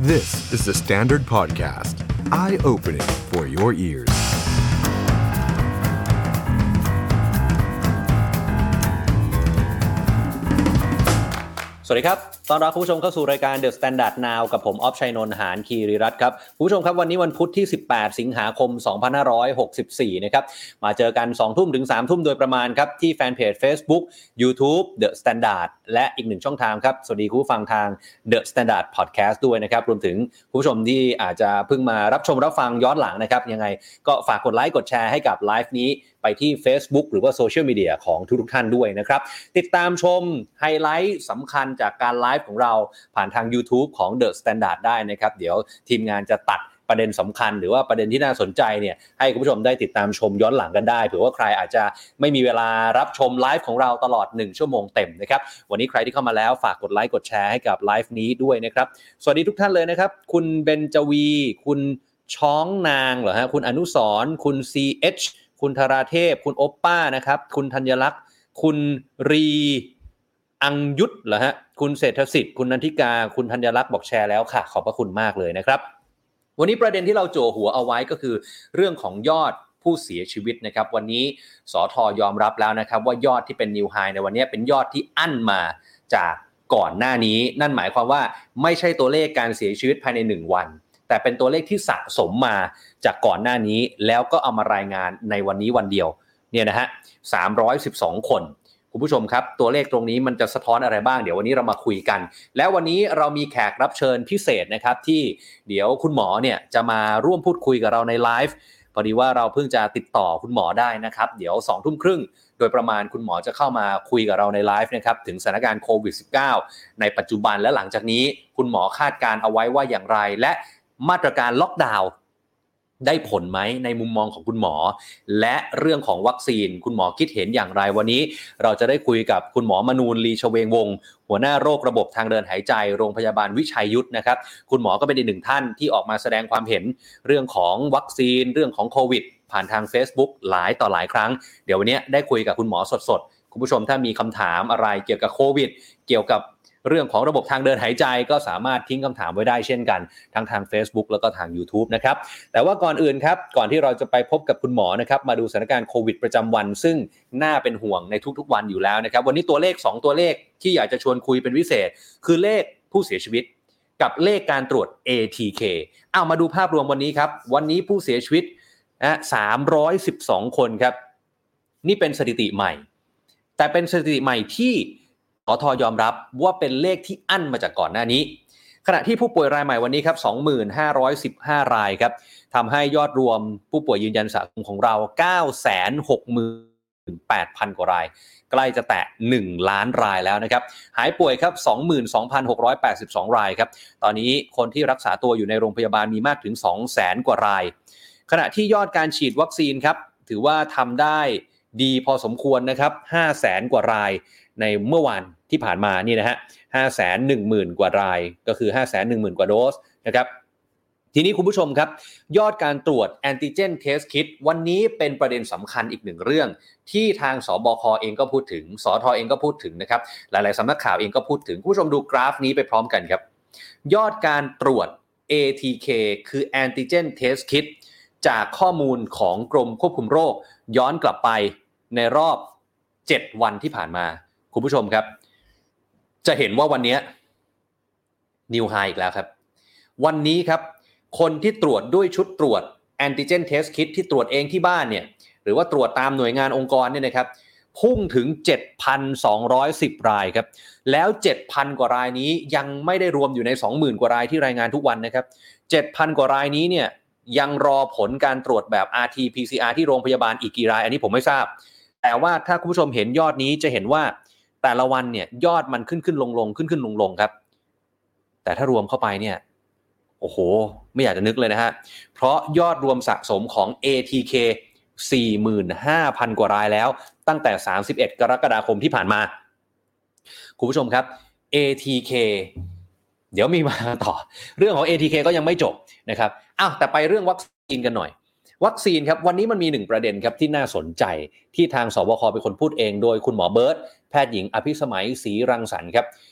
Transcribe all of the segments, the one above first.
This is the Standard Podcast. Eye-opening for your ears. สวัสดีครับต้อนรับคุณผู้ชมเข้าสู่รายการ The Standard Now กับผมออฟชัยนนท์หานคีรีรัตน์ครับคุณผู้ชมครับวันนี้วันพุธที่18สิงหาคม2564นะครับมาเจอกัน 20:00 น. ถึง 3:00 น. โดยประมาณครับที่แฟนเพจ Facebook YouTube The Standard และอีกหนึ่งช่องทางครับสวัสดีคุณผู้ฟังทาง The Standard Podcast ด้วยนะครับรวมถึงคุณผู้ชมที่อาจจะเพิ่งมารับชมรับฟังย้อนหลังนะครับยังไงก็ฝากกดไลค์กดแชร์ให้กับไลฟ์นี้ไปที่ Facebook หรือว่าโซเชียลมีเดียของทุกท่านด้วยนะครับติดตามชมไฮไลท์สำคัญจากการไลฟ์ของเราผ่านทาง YouTube ของ The Standard ได้นะครับเดี๋ยวทีมงานจะตัดประเด็นสำคัญหรือว่าประเด็นที่น่าสนใจเนี่ยให้คุณผู้ชมได้ติดตามชมย้อนหลังกันได้เผื่อว่าใครอาจจะไม่มีเวลารับชมไลฟ์ของเราตลอด1ชั่วโมงเต็มนะครับวันนี้ใครที่เข้ามาแล้วฝากกดไลค์กดแชร์ให้กับไลฟ์นี้ด้วยนะครับสวัสดีทุกท่านเลยนะครับคุณเบญจวีคุณช้องนางเหรอฮะคุณอนุสรณ์คุณ CH คุณธราเทพคุณโอปป้านะครับคุณธัญลักษณ์คุณรีอังยุทธเหรอฮะคุณเศรษฐสิทธิ์คุณนันทิกาคุณธัญลักษณ์บอกแชร์แล้วค่ะขอบพระคุณมากเลยนะครับวันนี้ประเด็นที่เราโจหัวเอาไว้ก็คือเรื่องของยอดผู้เสียชีวิตนะครับวันนี้สท.ยอมรับแล้วนะครับว่ายอดที่เป็นนิวไฮในวันนี้เป็นยอดที่อั้นมาจากก่อนหน้านี้นั่นหมายความว่าไม่ใช่ตัวเลขการเสียชีวิตภายใน1วันแต่เป็นตัวเลขที่สะสมมาจากก่อนหน้านี้แล้วก็เอามารายงานในวันนี้วันเดียวเนี่ยนะฮะ312คนคุณผู้ชมครับตัวเลขตรงนี้มันจะสะท้อนอะไรบ้างเดี๋ยววันนี้เรามาคุยกันแล้ววันนี้เรามีแขกรับเชิญพิเศษนะครับที่เดี๋ยวคุณหมอเนี่ยจะมาร่วมพูดคุยกับเราในไลฟ์พอดีว่าเราเพิ่งจะติดต่อคุณหมอได้นะครับเดี๋ยว 20:30 น.โดยประมาณคุณหมอจะเข้ามาคุยกับเราในไลฟ์นะครับถึงสถานการณ์โควิด -19 ในปัจจุบันและหลังจากนี้คุณหมอคาดการเอาไว้ว่าอย่างไรและมาตรการล็อกดาวน์ได้ผลไหมในมุมมองของคุณหมอและเรื่องของวัคซีนคุณหมอคิดเห็นอย่างไรวันนี้เราจะได้คุยกับคุณหมอมนูนลีชเวงวงศ์หัวหน้าโรคระบบทางเดินหายใจโรงพยาบาลวิชัยยุทธนะครับคุณหมอก็เป็นอีกหนึ่งท่านที่ออกมาแสดงความเห็นเรื่องของวัคซีนเรื่องของโควิดผ่านทาง Facebook หลายต่อหลายครั้งเดี๋ยววันนี้ได้คุยกับคุณหมอสดๆคุณผู้ชมถ้ามีคำถามอะไรเกี่ยวกับโควิดเกี่ยวกับเรื่องของระบบทางเดินหายใจก็สามารถทิ้งคำถามไว้ได้เช่นกันทั้งทาง Facebook แล้วก็ทาง YouTube นะครับแต่ว่าก่อนอื่นครับก่อนที่เราจะไปพบกับคุณหมอนะครับมาดูสถานการณ์โควิดประจำวันซึ่งน่าเป็นห่วงในทุกๆวันอยู่แล้วนะครับวันนี้ตัวเลข2ตัวเลขที่อยากจะชวนคุยเป็นพิเศษคือเลขผู้เสียชีวิตกับเลขการตรวจ ATK เอามาดูภาพรวมวันนี้ครับวันนี้ผู้เสียชีวิต312คนครับนี่เป็นสถิติใหม่แต่เป็นสถิติใหม่ที่สท.ยอมรับว่าเป็นเลขที่อั้นมาจากก่อนหน้านี้ขณะที่ผู้ป่วยรายใหม่วันนี้ครับ 2515 รายครับทำให้ยอดรวมผู้ป่วยยืนยันสะสมของเรา 968,000 กว่ารายใกล้จะแตะ1ล้านรายแล้วนะครับหายป่วยครับ 22,682 รายครับตอนนี้คนที่รักษาตัวอยู่ในโรงพยาบาลมีมากถึง 200,000 กว่ารายขณะที่ยอดการฉีดวัคซีนครับถือว่าทำได้ดีพอสมควรนะครับ 500,000 กว่ารายในเมื่อวานที่ผ่านมานี่นะฮะ 510,000 กว่ารายก็คือ 510,000 กว่าโดสนะครับทีนี้คุณผู้ชมครับยอดการตรวจแอนติเจนเทสคิทวันนี้เป็นประเด็นสำคัญอีกหนึ่งเรื่องที่ทางสบคเองก็พูดถึงสทเองก็พูดถึงนะครับหลายๆสำนักข่าวเองก็พูดถึงคุณผู้ชมดูกราฟนี้ไปพร้อมกันครับยอดการตรวจ ATK คือ Antigen Test Kit จากข้อมูลของกรมควบคุมโรคย้อนกลับไปในรอบ7วันที่ผ่านมาคุณผู้ชมครับจะเห็นว่าวันนี้นิวไฮอีกแล้วครับวันนี้ครับคนที่ตรวจด้วยชุดตรวจ Antigen Test Kit ที่ตรวจเองที่บ้านเนี่ยหรือว่าตรวจตามหน่วยงานองค์กรเนี่ยนะครับพุ่งถึง 7,210 รายครับแล้ว 7,000 กว่ารายนี้ยังไม่ได้รวมอยู่ใน 20,000 กว่ารายที่รายงานทุกวันนะครับ 7,000 กว่ารายนี้เนี่ยยังรอผลการตรวจแบบ RT-PCR ที่โรงพยาบาลอีกกี่รายอันนี้ผมไม่ทราบแต่ว่าถ้าคุณผู้ชมเห็นยอดนี้จะเห็นว่าแต่ละวันเนี่ยยอดมันขึ้นลงครับแต่ถ้ารวมเข้าไปเนี่ยโอ้โหไม่อยากจะนึกเลยนะฮะเพราะยอดรวมสะสมของ ATK 45,000 กว่ารายแล้วตั้งแต่31กรกฎาคมที่ผ่านมาคุณผู้ชมครับ ATK เดี๋ยวมีมาต่อเรื่องของ ATK ก็ยังไม่จบนะครับแต่ไปเรื่องวัคซีนกันหน่อยวัคซีนครับวันนี้มันมี1ประเด็นครับที่น่าสนใจที่ทางสบคเป็นคนพูดเองโดยคุณหมอเบิร์ตแพทย์หญิงอภิสมัยศรีรังสรรค์ครับ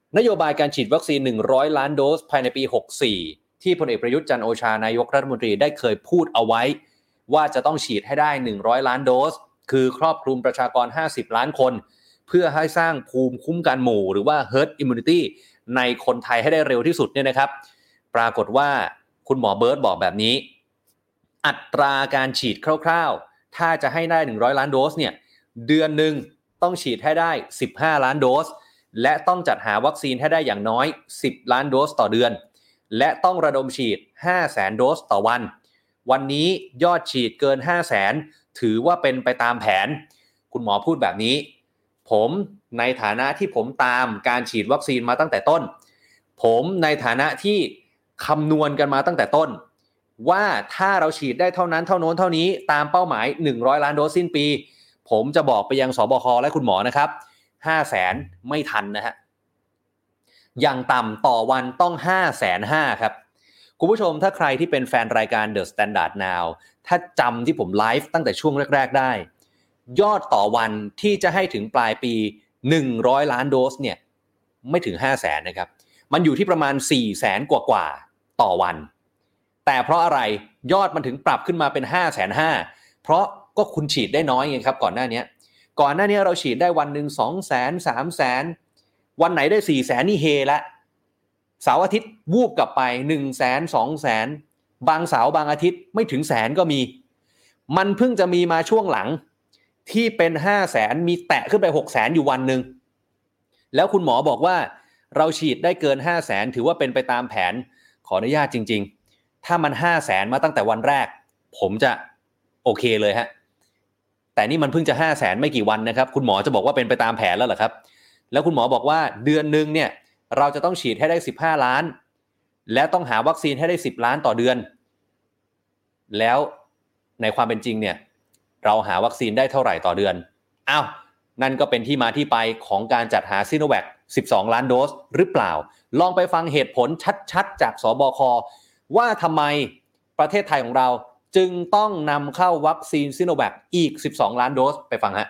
นโยบายการฉีดวัคซีน100ล้านโดสภายในปี64ที่พลเอกประยุทธ์จันทร์โอชานายกรัฐมนตรีได้เคยพูดเอาไว้ว่าจะต้องฉีดให้ได้100ล้านโดสคือครอบคลุมประชากร50ล้านคนเพื่อให้สร้างภูมิคุ้มกันหมู่หรือว่า herd immunity ในคนไทยให้ได้เร็วที่สุดเนี่ยนะครับปรากฏว่าคุณหมอเบิร์ตบอกแบบนี้อัตราการฉีดคร่าวๆถ้าจะให้ได้100ล้านโดสเนี่ยเดือนนึงต้องฉีดให้ได้15ล้านโดสและต้องจัดหาวัคซีนให้ได้อย่างน้อย10ล้านโดสต่อเดือนและต้องระดมฉีด 500,000 โดสต่อวันนี้ยอดฉีดเกิน 500,000 ถือว่าเป็นไปตามแผนคุณหมอพูดแบบนี้ผมในฐานะที่ผมตามการฉีดวัคซีนมาตั้งแต่ต้นผมในฐานะที่คำนวณกันมาตั้งแต่ต้นว่าถ้าเราฉีดได้เท่านั้นเท่าโน้นเท่านี้ตามเป้าหมาย100ล้านโดสสิ้นปีผมจะบอกไปยังสบคและคุณหมอนะครับ500,000ไม่ทันนะฮะอย่างต่ำต่อวันต้อง550,000ครับคุณผู้ชมถ้าใครที่เป็นแฟนรายการ The Standard Now ถ้าจำที่ผมไลฟ์ตั้งแต่ช่วงแรกๆได้ยอดต่อวันที่จะให้ถึงปลายปี100ล้านโดสเนี่ยไม่ถึง500,000นะครับมันอยู่ที่ประมาณ400,000กว่าต่อวันแต่เพราะอะไรยอดมันถึงปรับขึ้นมาเป็น550,000เพราะก็คุณฉีดได้น้อยไงครับก่อนหน้านี้เราฉีดได้วันนึง 200,000 300,000 วันไหนได้ 400,000 นี่เฮละเสาร์อาทิตย์วูบกลับไป 100,000 200,000 บางเสาร์บางอาทิตย์ไม่ถึงแสนก็มีมันเพิ่งจะมีมาช่วงหลังที่เป็น 500,000 มีแตะขึ้นไป 600,000 อยู่วันนึงแล้วคุณหมอบอกว่าเราฉีดได้เกิน 500,000 ถือว่าเป็นไปตามแผนขออนุญาตจริงๆถ้ามัน 500,000 มาตั้งแต่วันแรกผมจะโอเคเลยฮะแต่นี่มันเพิ่งจะ 500,000 ไม่กี่วันนะครับคุณหมอจะบอกว่าเป็นไปตามแผนแล้วเหรอครับแล้วคุณหมอบอกว่าเดือนนึงเนี่ยเราจะต้องฉีดให้ได้15ล้านและต้องหาวัคซีนให้ได้10ล้านต่อเดือนแล้วในความเป็นจริงเนี่ยเราหาวัคซีนได้เท่าไหร่ต่อเดือนอ้าวนั่นก็เป็นที่มาที่ไปของการจัดหาซิโนแวค12ล้านโดสหรือเปล่าลองไปฟังเหตุผลชัดๆจากสบคว่าทำไมประเทศไทยของเราจึงต้องนำเข้าวัคซีนซิโนแวคอีก12ล้านโดสไปฟังฮะ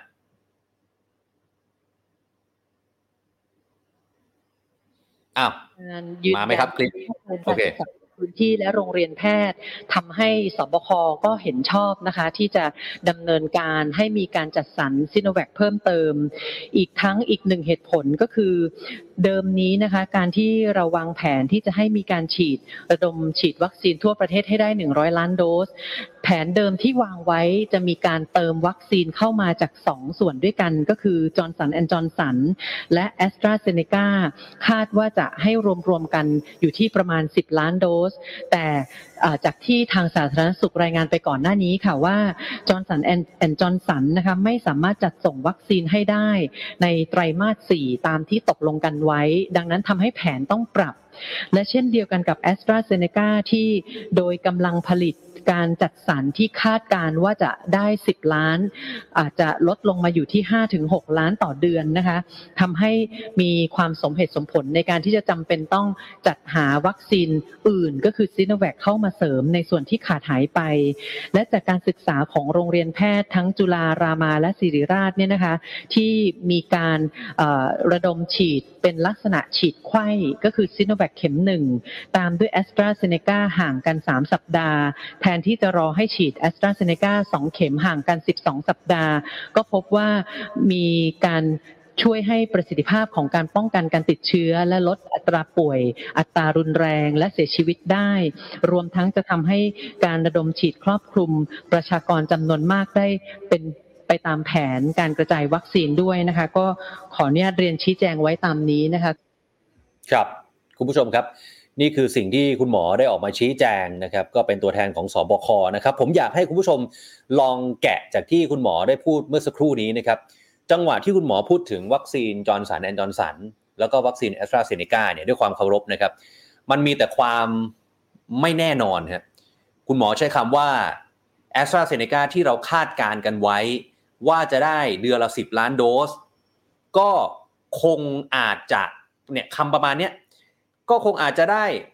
อ้าวมาไหมครับคลิปโอเคพื้นที่และโรงเรียนแพทย์ทำให้สบคก็เห็นชอบนะคะที่จะดำเนินการให้มีการจัดสรรซิโนแวคเพิ่มเติมอีกหนึ่งเหตุผลก็คือเดิมนี้นะคะการที่เราวางแผนที่จะให้มีการระดมฉีดวัคซีนทั่วประเทศให้ได้100ล้านโดสแผนเดิมที่วางไว้จะมีการเติมวัคซีนเข้ามาจาก2ส่วนด้วยกันก็คือ Johnson & Johnson และ AstraZeneca คาดว่าจะให้รวมกันอยู่ที่ประมาณ10ล้านโดสแต่จากที่ทางสาธารณสุขรายงานไปก่อนหน้านี้ค่ะว่า Johnson & Johnson นะคะไม่สามารถจัดส่งวัคซีนให้ได้ในไตรมาส 4ตามที่ตกลงกันไว้ดังนั้นทำให้แผนต้องปรับและเช่นเดียวกันกับ AstraZeneca ที่โดยกำลังผลิตการจัดสรรที่คาดการว่าจะได้10ล้านอาจจะลดลงมาอยู่ที่ 5-6 ล้านต่อเดือนนะคะทำให้มีความสมเหตุสมผลในการที่จะจำเป็นต้องจัดหาวัคซีนอื่นก็คือซิโนแวคเข้ามาเสริมในส่วนที่ขาดหายไปและจากการศึกษาของโรงเรียนแพทย์ทั้งจุฬารามาและศิริราชเนี่ยนะคะที่มีการระดมฉีดเป็นลักษณะฉีดไข้ก็คือซิโนแวคเข็ม1ตามด้วย AstraZeneca ห่างกัน3สัปดาห์แทนที่จะรอให้ฉีด AstraZeneca 2 เข็มห่างกัน12สัปดาห์ก็พบว่ามีการช่วยให้ประสิทธิภาพของการป้องกันการติดเชื้อและลดอัตราป่วยอัตรารุนแรงและเสียชีวิตได้รวมทั้งจะทำให้การระดมฉีดครอบคลุมประชากรจำนวนมากได้เป็นไปตามแผนการกระจายวัคซีนด้วยนะคะก็ขออนุญาตเรียนชี้แจงไว้ตามนี้นะคะครับคุณผู้ชมครับนี่คือสิ่งที่คุณหมอได้ออกมาชี้แจงนะครับก็เป็นตัวแทนของสบคนะครับผมอยากให้คุณผู้ชมลองแกะจากที่คุณหมอได้พูดเมื่อสักครู่นี้นะครับจังหวะที่คุณหมอพูดถึงวัคซีน Johnson & Johnson แล้วก็วัคซีน AstraZeneca เนี่ยด้วยความเคารพนะครับมันมีแต่ความไม่แน่นอนครับคุณหมอใช้คำว่า AstraZeneca ที่เราคาดการณ์กันไว้ว่าจะได้เดือนละ10ล้านโดสก็คงอาจจะเนี่ยคำประมาณเนี้ยก็คงอาจจะได้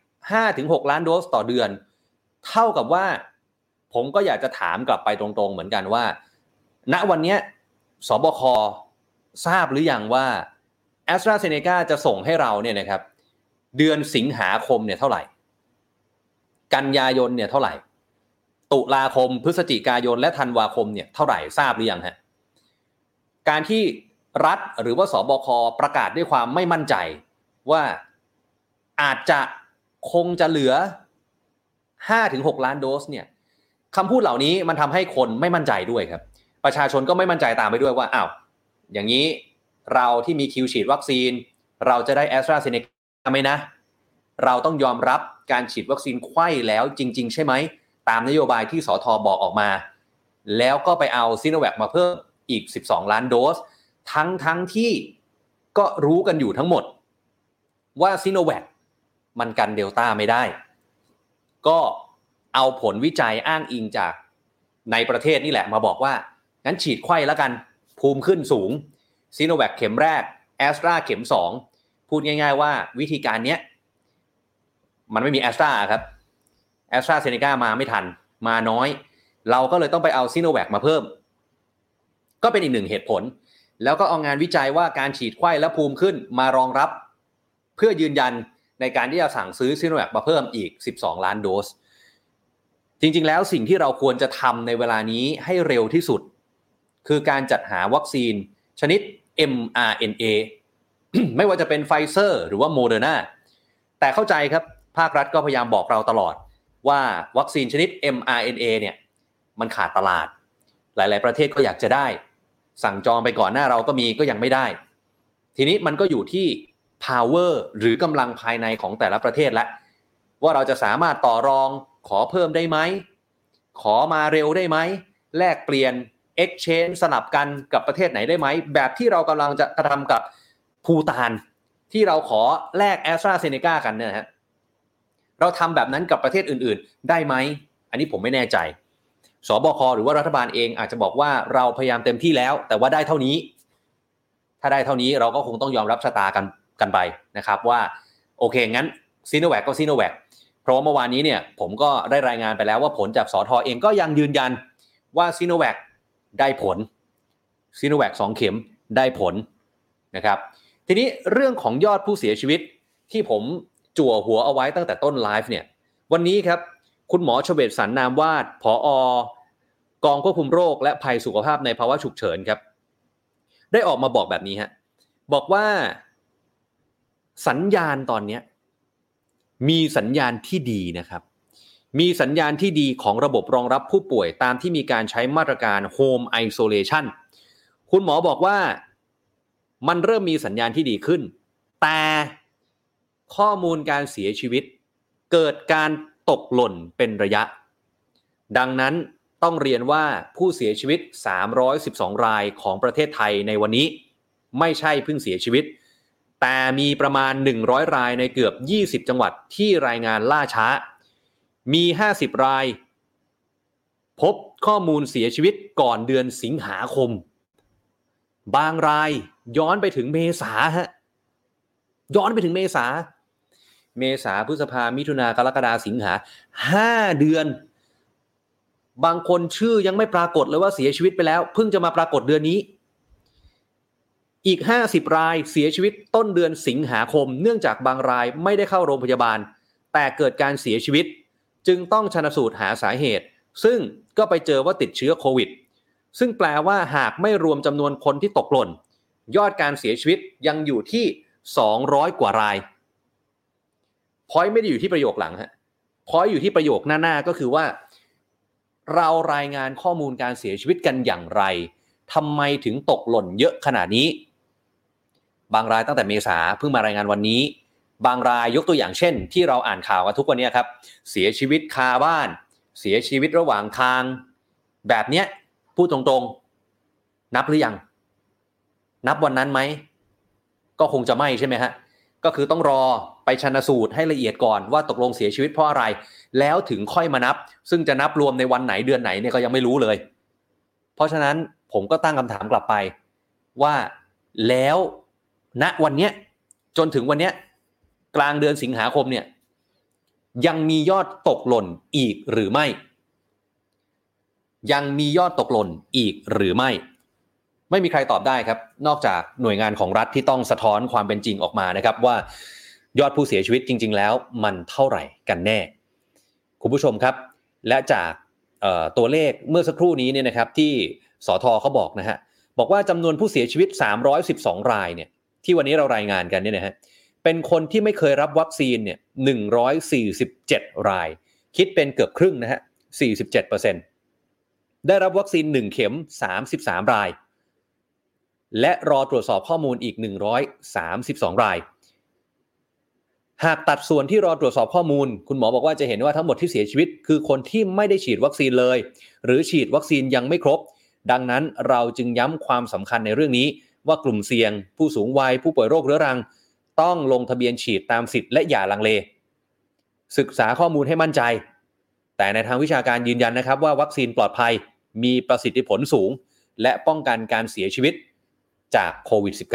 5-6 ล้านโดสต่อเดือนเท่ากับว่าผมก็อยากจะถามกลับไปตรงๆเหมือนกันว่าณวันนี้สบคทราบหรือยังว่า AstraZeneca จะส่งให้เราเนี่ยนะครับเดือนสิงหาคมเนี่ยเท่าไหร่กันยายนเนี่ยเท่าไหร่ตุลาคมพฤศจิกายนและธันวาคมเนี่ยเท่าไหร่ทราบหรือยังฮะการที่รัฐหรือว่าสบคประกาศด้วยความไม่มั่นใจว่าอาจจะคงจะเหลือ 5-6 ล้านโดสเนี่ยคำพูดเหล่านี้มันทำให้คนไม่มั่นใจด้วยครับประชาชนก็ไม่มั่นใจตามไปด้วยว่าอ้าวอย่างนี้เราที่มีคิวฉีดวัคซีนเราจะได้ AstraZeneca ไหมนะเราต้องยอมรับการฉีดวัคซีนไข้แล้วจริงๆใช่ไหมตามนโยบายที่สท.บอกออกมาแล้วก็ไปเอาซิโนแวคมาเพิ่มอีก12ล้านโดสทั้งที่ก็รู้กันอยู่ทั้งหมดว่าซิโนแวคมันกันเดลต้าไม่ได้ก็เอาผลวิจัยอ้างอิงจากในประเทศนี่แหละมาบอกว่างั้นฉีดไข้แล้วกันภูมิขึ้นสูงซิโนแวคเข็มแรกแอสตราเข็ม2พูดง่ายๆว่าวิธีการเนี้ยมันไม่มีแอสตราครับแอสตราเซเนกามาไม่ทันมาน้อยเราก็เลยต้องไปเอาซิโนแวคมาเพิ่มก็เป็นอีกหนึ่งเหตุผลแล้วก็เอางานวิจัยว่าการฉีดไข้และภูมิขึ้นมารองรับเพื่อยืนยันในการที่จะสั่งซื้อซิโนแวคมาเพิ่มอีก12ล้านโดสจริงๆแล้วสิ่งที่เราควรจะทำในเวลานี้ให้เร็วที่สุดคือการจัดหาวัคซีนชนิด mRNA ไม่ว่าจะเป็นไฟเซอร์หรือว่าโมเดอร์นาแต่เข้าใจครับภาครัฐก็พยายามบอกเราตลอดว่าวัคซีนชนิด mRNA เนี่ยมันขาดตลาดหลายๆประเทศก็อยากจะได้สั่งจองไปก่อนหน้าเราก็มีก็ยังไม่ได้ทีนี้มันก็อยู่ที่ power หรือกำลังภายในของแต่ละประเทศละว่าเราจะสามารถต่อรองขอเพิ่มได้ไหมขอมาเร็วได้ไหมแลกเปลี่ยน exchange สลับกันกับประเทศไหนได้ไหมแบบที่เรากำลังจะกระทำกับภูฏานที่เราขอแลก AstraZeneca กันเนี่ยนะฮะเราทำแบบนั้นกับประเทศอื่นๆได้ไหมอันนี้ผมไม่แน่ใจสบคหรือว่ารัฐบาลเองอาจจะบอกว่าเราพยายามเต็มที่แล้วแต่ว่าได้เท่านี้ถ้าได้เท่านี้เราก็คงต้องยอมรับชะตากันไปนะครับว่าโอเคงั้นซิโนแวคก็ซิโนแวคเพราะว่าเมื่อวานนี้เนี่ยผมก็ได้รายงานไปแล้วว่าผลจากสท.เองก็ยังยืนยันว่าซิโนแวคได้ผลซิโนแวค2เข็มได้ผลนะครับทีนี้เรื่องของยอดผู้เสียชีวิตที่ผมจั่วหัวเอาไว้ตั้งแต่ต้นไลฟ์เนี่ยวันนี้ครับคุณหมอชเวต สรรนามวาดผอกองควบคุมโรคและภัยสุขภาพในภาวะฉุกเฉินครับได้ออกมาบอกแบบนี้ฮะบอกว่าสัญญาณตอนนี้มีสัญญาณที่ดีนะครับมีสัญญาณที่ดีของระบบรองรับผู้ป่วยตามที่มีการใช้มาตรการ Home Isolation คุณหมอบอกว่ามันเริ่มมีสัญญาณที่ดีขึ้นแต่ข้อมูลการเสียชีวิตเกิดการตกหล่นเป็นระยะดังนั้นต้องเรียนว่าผู้เสียชีวิต312รายของประเทศไทยในวันนี้ไม่ใช่เพิ่งเสียชีวิตแต่มีประมาณ100รายในเกือบ20จังหวัดที่รายงานล่าช้ามี50รายพบข้อมูลเสียชีวิตก่อนเดือนสิงหาคมบางรายย้อนไปถึงเมษาฮะย้อนไปถึงเมษาพฤษภามิถุนากรกฎาสิงหา5เดือนบางคนชื่อยังไม่ปรากฏเลยว่าเสียชีวิตไปแล้วเพิ่งจะมาปรากฏเดือนนี้อีก50รายเสียชีวิตต้นเดือนสิงหาคมเนื่องจากบางรายไม่ได้เข้าโรงพยาบาลแต่เกิดการเสียชีวิตจึงต้องชันสูตรหาสาเหตุซึ่งก็ไปเจอว่าติดเชื้อโควิดซึ่งแปลว่าหากไม่รวมจำนวนคนที่ตกหล่นยอดการเสียชีวิตยังอยู่ที่200กว่ารายพอยต์ไม่ได้อยู่ที่ประโยคหลังฮะพอยต์อยู่ที่ประโยคหน้าก็คือว่าเรารายงานข้อมูลการเสียชีวิตกันอย่างไรทำไมถึงตกหล่นเยอะขนาดนี้บางรายตั้งแต่เมษาเพิ่งมารายงานวันนี้บางรายยกตัวอย่างเช่นที่เราอ่านข่าวกันทุกวันนี้ครับเสียชีวิตคาบ้านเสียชีวิตระหว่างทางแบบเนี้ยพูดตรงๆนับหรือยังนับวันนั้นไหมก็คงจะไม่ใช่ไหมฮะก็คือต้องรอไปชันสูตรให้ละเอียดก่อนว่าตกลงเสียชีวิตเพราะอะไรแล้วถึงค่อยมานับซึ่งจะนับรวมในวันไหนเดือนไหนเนี่ยก็ยังไม่รู้เลยเพราะฉะนั้นผมก็ตั้งคำถามกลับไปว่าแล้วณวันเนี้ยจนถึงวันเนี้ยกลางเดือนสิงหาคมเนี่ยยังมียอดตกหล่นอีกหรือไม่ยังมียอดตกหล่นอีกหรือไม่ไม่มีใครตอบได้ครับนอกจากหน่วยงานของรัฐที่ต้องสะท้อนความเป็นจริงออกมานะครับว่ายอดผู้เสียชีวิตจริงๆแล้วมันเท่าไหร่กันแน่คุณผู้ชมครับและจากตัวเลขเมื่อสักครู่นี้เนี่ยนะครับที่สทเขาบอกนะฮะบอกว่าจำนวนผู้เสียชีวิต312รายเนี่ยที่วันนี้เรารายงานกันเนี่ยนะฮะเป็นคนที่ไม่เคยรับวัคซีนเนี่ย147รายคิดเป็นเกือบครึ่งนะฮะ 47% ได้รับวัคซีน1เข็ม33รายและรอตรวจสอบข้อมูลอีก132รายหากตัดส่วนที่รอตรวจสอบข้อมูลคุณหมอบอกว่าจะเห็นว่าทั้งหมดที่เสียชีวิตคือคนที่ไม่ได้ฉีดวัคซีนเลยหรือฉีดวัคซีนยังไม่ครบดังนั้นเราจึงย้ำความสำคัญในเรื่องนี้ว่ากลุ่มเสี่ยงผู้สูงวัยผู้ป่วยโรคเรื้อรังต้องลงทะเบียนฉีดตามสิทธิ์และอย่าลังเลศึกษาข้อมูลให้มั่นใจแต่ในทางวิชาการยืนยันนะครับว่าวัคซีนปลอดภัยมีประสิทธิผลสูงและป้องกันการเสียชีวิตจากโควิด -19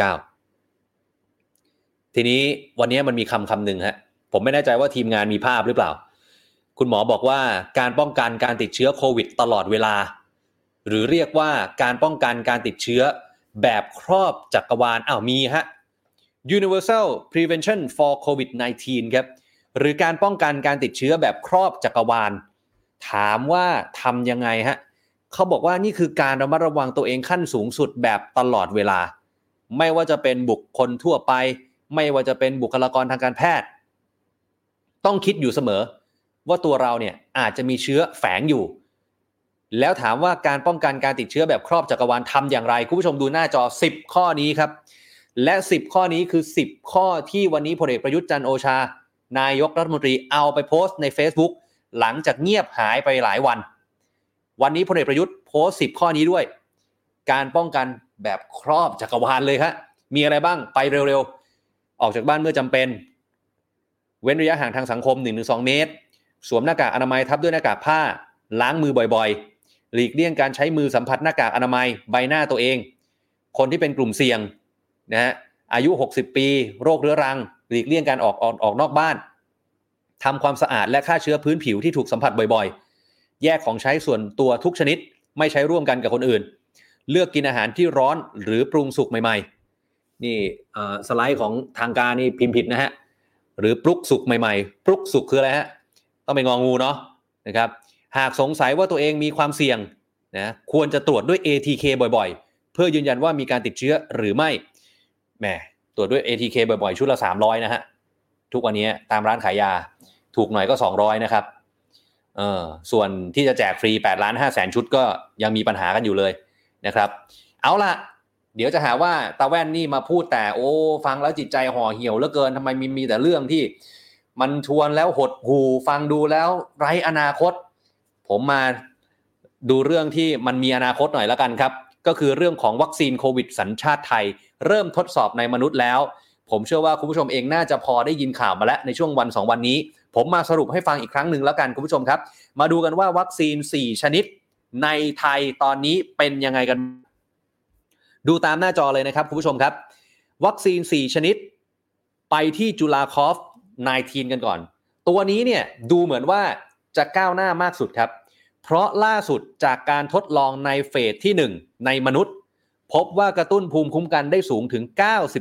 ทีนี้วันนี้มันมีคำหนึ่งฮะผมไม่แน่ใจว่าทีมงานมีภาพหรือเปล่าคุณหมอบอกว่าการป้องกันการติดเชื้อโควิดตลอดเวลาหรือเรียกว่าการป้องกันการติดเชื้อแบบครอบจักรวาลมีฮะ Universal Prevention for COVID-19 ครับหรือการป้องกันการติดเชื้อแบบครอบจักรวาลถามว่าทำยังไงฮะเขาบอกว่านี่คือการระมัดระวังตัวเองขั้นสูงสุดแบบตลอดเวลาไม่ว่าจะเป็นบุคคลทั่วไปไม่ว่าจะเป็นบุคลากรทางการแพทย์ต้องคิดอยู่เสมอว่าตัวเราเนี่ยอาจจะมีเชื้อแฝงอยู่แล้วถามว่าการป้องกันการติดเชื้อแบบครอบจักรวาลทำอย่างไรคุณผู้ชมดูหน้าจอ10ข้อนี้ครับและ10ข้อนี้คือ10ข้อที่วันนี้พลเอกประยุทธ์จันทร์โอชานายกรัฐมนตรีเอาไปโพสต์ใน Facebook หลังจากเงียบหายไปหลายวันนี้พลเอกประยุทธ์โพสต์10ข้อนี้ด้วยการป้องกันแบบครอบจักรวาลเลยครับมีอะไรบ้างไปเร็วๆออกจากบ้านเมื่อจำเป็นเว้นระยะห่างทางสังคม 1-2 เมตรสวมหน้ากากอนามัยทับด้วยหน้ากากผ้าล้างมือบ่อยๆหลีกเลี่ยงการใช้มือสัมผัสหน้ากากอนามัยใบหน้าตัวเองคนที่เป็นกลุ่มเสี่ยงนะฮะอายุ60ปีโรคเรื้อรังหลีกเลี่ยงการออกนอกบ้านทำความสะอาดและฆ่าเชื้อพื้นผิวที่ถูกสัมผัสบ่อยๆแยกของใช้ส่วนตัวทุกชนิดไม่ใช้ร่วมกันกับคนอื่นเลือกกินอาหารที่ร้อนหรือปรุงสุกใหม่ๆนี่สไลด์ของทางการนี่พิมพ์ผิดนะฮะหรือปรุกสุกใหม่ๆปรุกสุกคืออะไรฮะต้องเป็นงองูเนาะนะครับหากสงสัยว่าตัวเองมีความเสี่ยงนะควรจะตรวจด้วย ATK บ่อยๆเพื่อยืนยันว่ามีการติดเชื้อหรือไม่แหมตรวจด้วย ATK บ่อยๆชุดละ300นะฮะทุกวันนี้ตามร้านขายยาถูกหน่อยก็200นะครับส่วนที่จะแจกฟรี8,500,000ชุดก็ยังมีปัญหากันอยู่เลยนะครับเอาล่ะเดี๋ยวจะหาว่าตาแว่นนี่มาพูดแต่ฟังแล้วจิตใจห่อเหี่ยวเหลือเกินทำไมมีแต่เรื่องที่มันชวนแล้วหดหู่ฟังดูแล้วไร้อนาคตผมมาดูเรื่องที่มันมีอนาคตหน่อยแล้วกันครับก็คือเรื่องของวัคซีนโควิดสัญชาติไทยเริ่มทดสอบในมนุษย์แล้วผมเชื่อว่าคุณผู้ชมเองน่าจะพอได้ยินข่าวมาแล้วในช่วงวัน2วันนี้ผมมาสรุปให้ฟังอีกครั้งนึงแล้วกันคุณผู้ชมครับมาดูกันว่าวัคซีน4ชนิดในไทยตอนนี้เป็นยังไงกันดูตามหน้าจอเลยนะครับคุณผู้ชมครับวัคซีน4ชนิดไปที่จุฬาคอฟ19กันก่อนตัวนี้เนี่ยดูเหมือนว่าจะก้าวหน้ามากสุดครับเพราะล่าสุดจากการทดลองในเฟสที่1ในมนุษย์พบว่ากระตุ้นภูมิคุ้มกันได้สูงถึง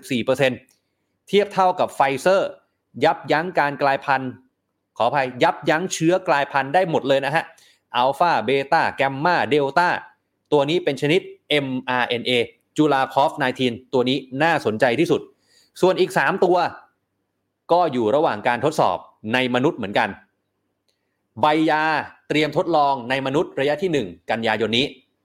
94% เทียบเท่ากับไฟเซอร์ยับยั้งการกลายพันธุ์ขออภัยยับยั้งเชื้อกลายพันธุ์ได้หมดเลยนะฮะอัลฟาเบต้าแกมมาเดลต้าตัวนี้เป็นชนิด mRNA จุฬาคอฟ19ตัวนี้น่าสนใจที่สุดส่วนอีก3ตัวก็อยู่ระหว่างการทดสอบในมนุษย์เหมือนกันใบยาเตรียมทดลองในมนุษย์ระยะที่1กันยายนนี้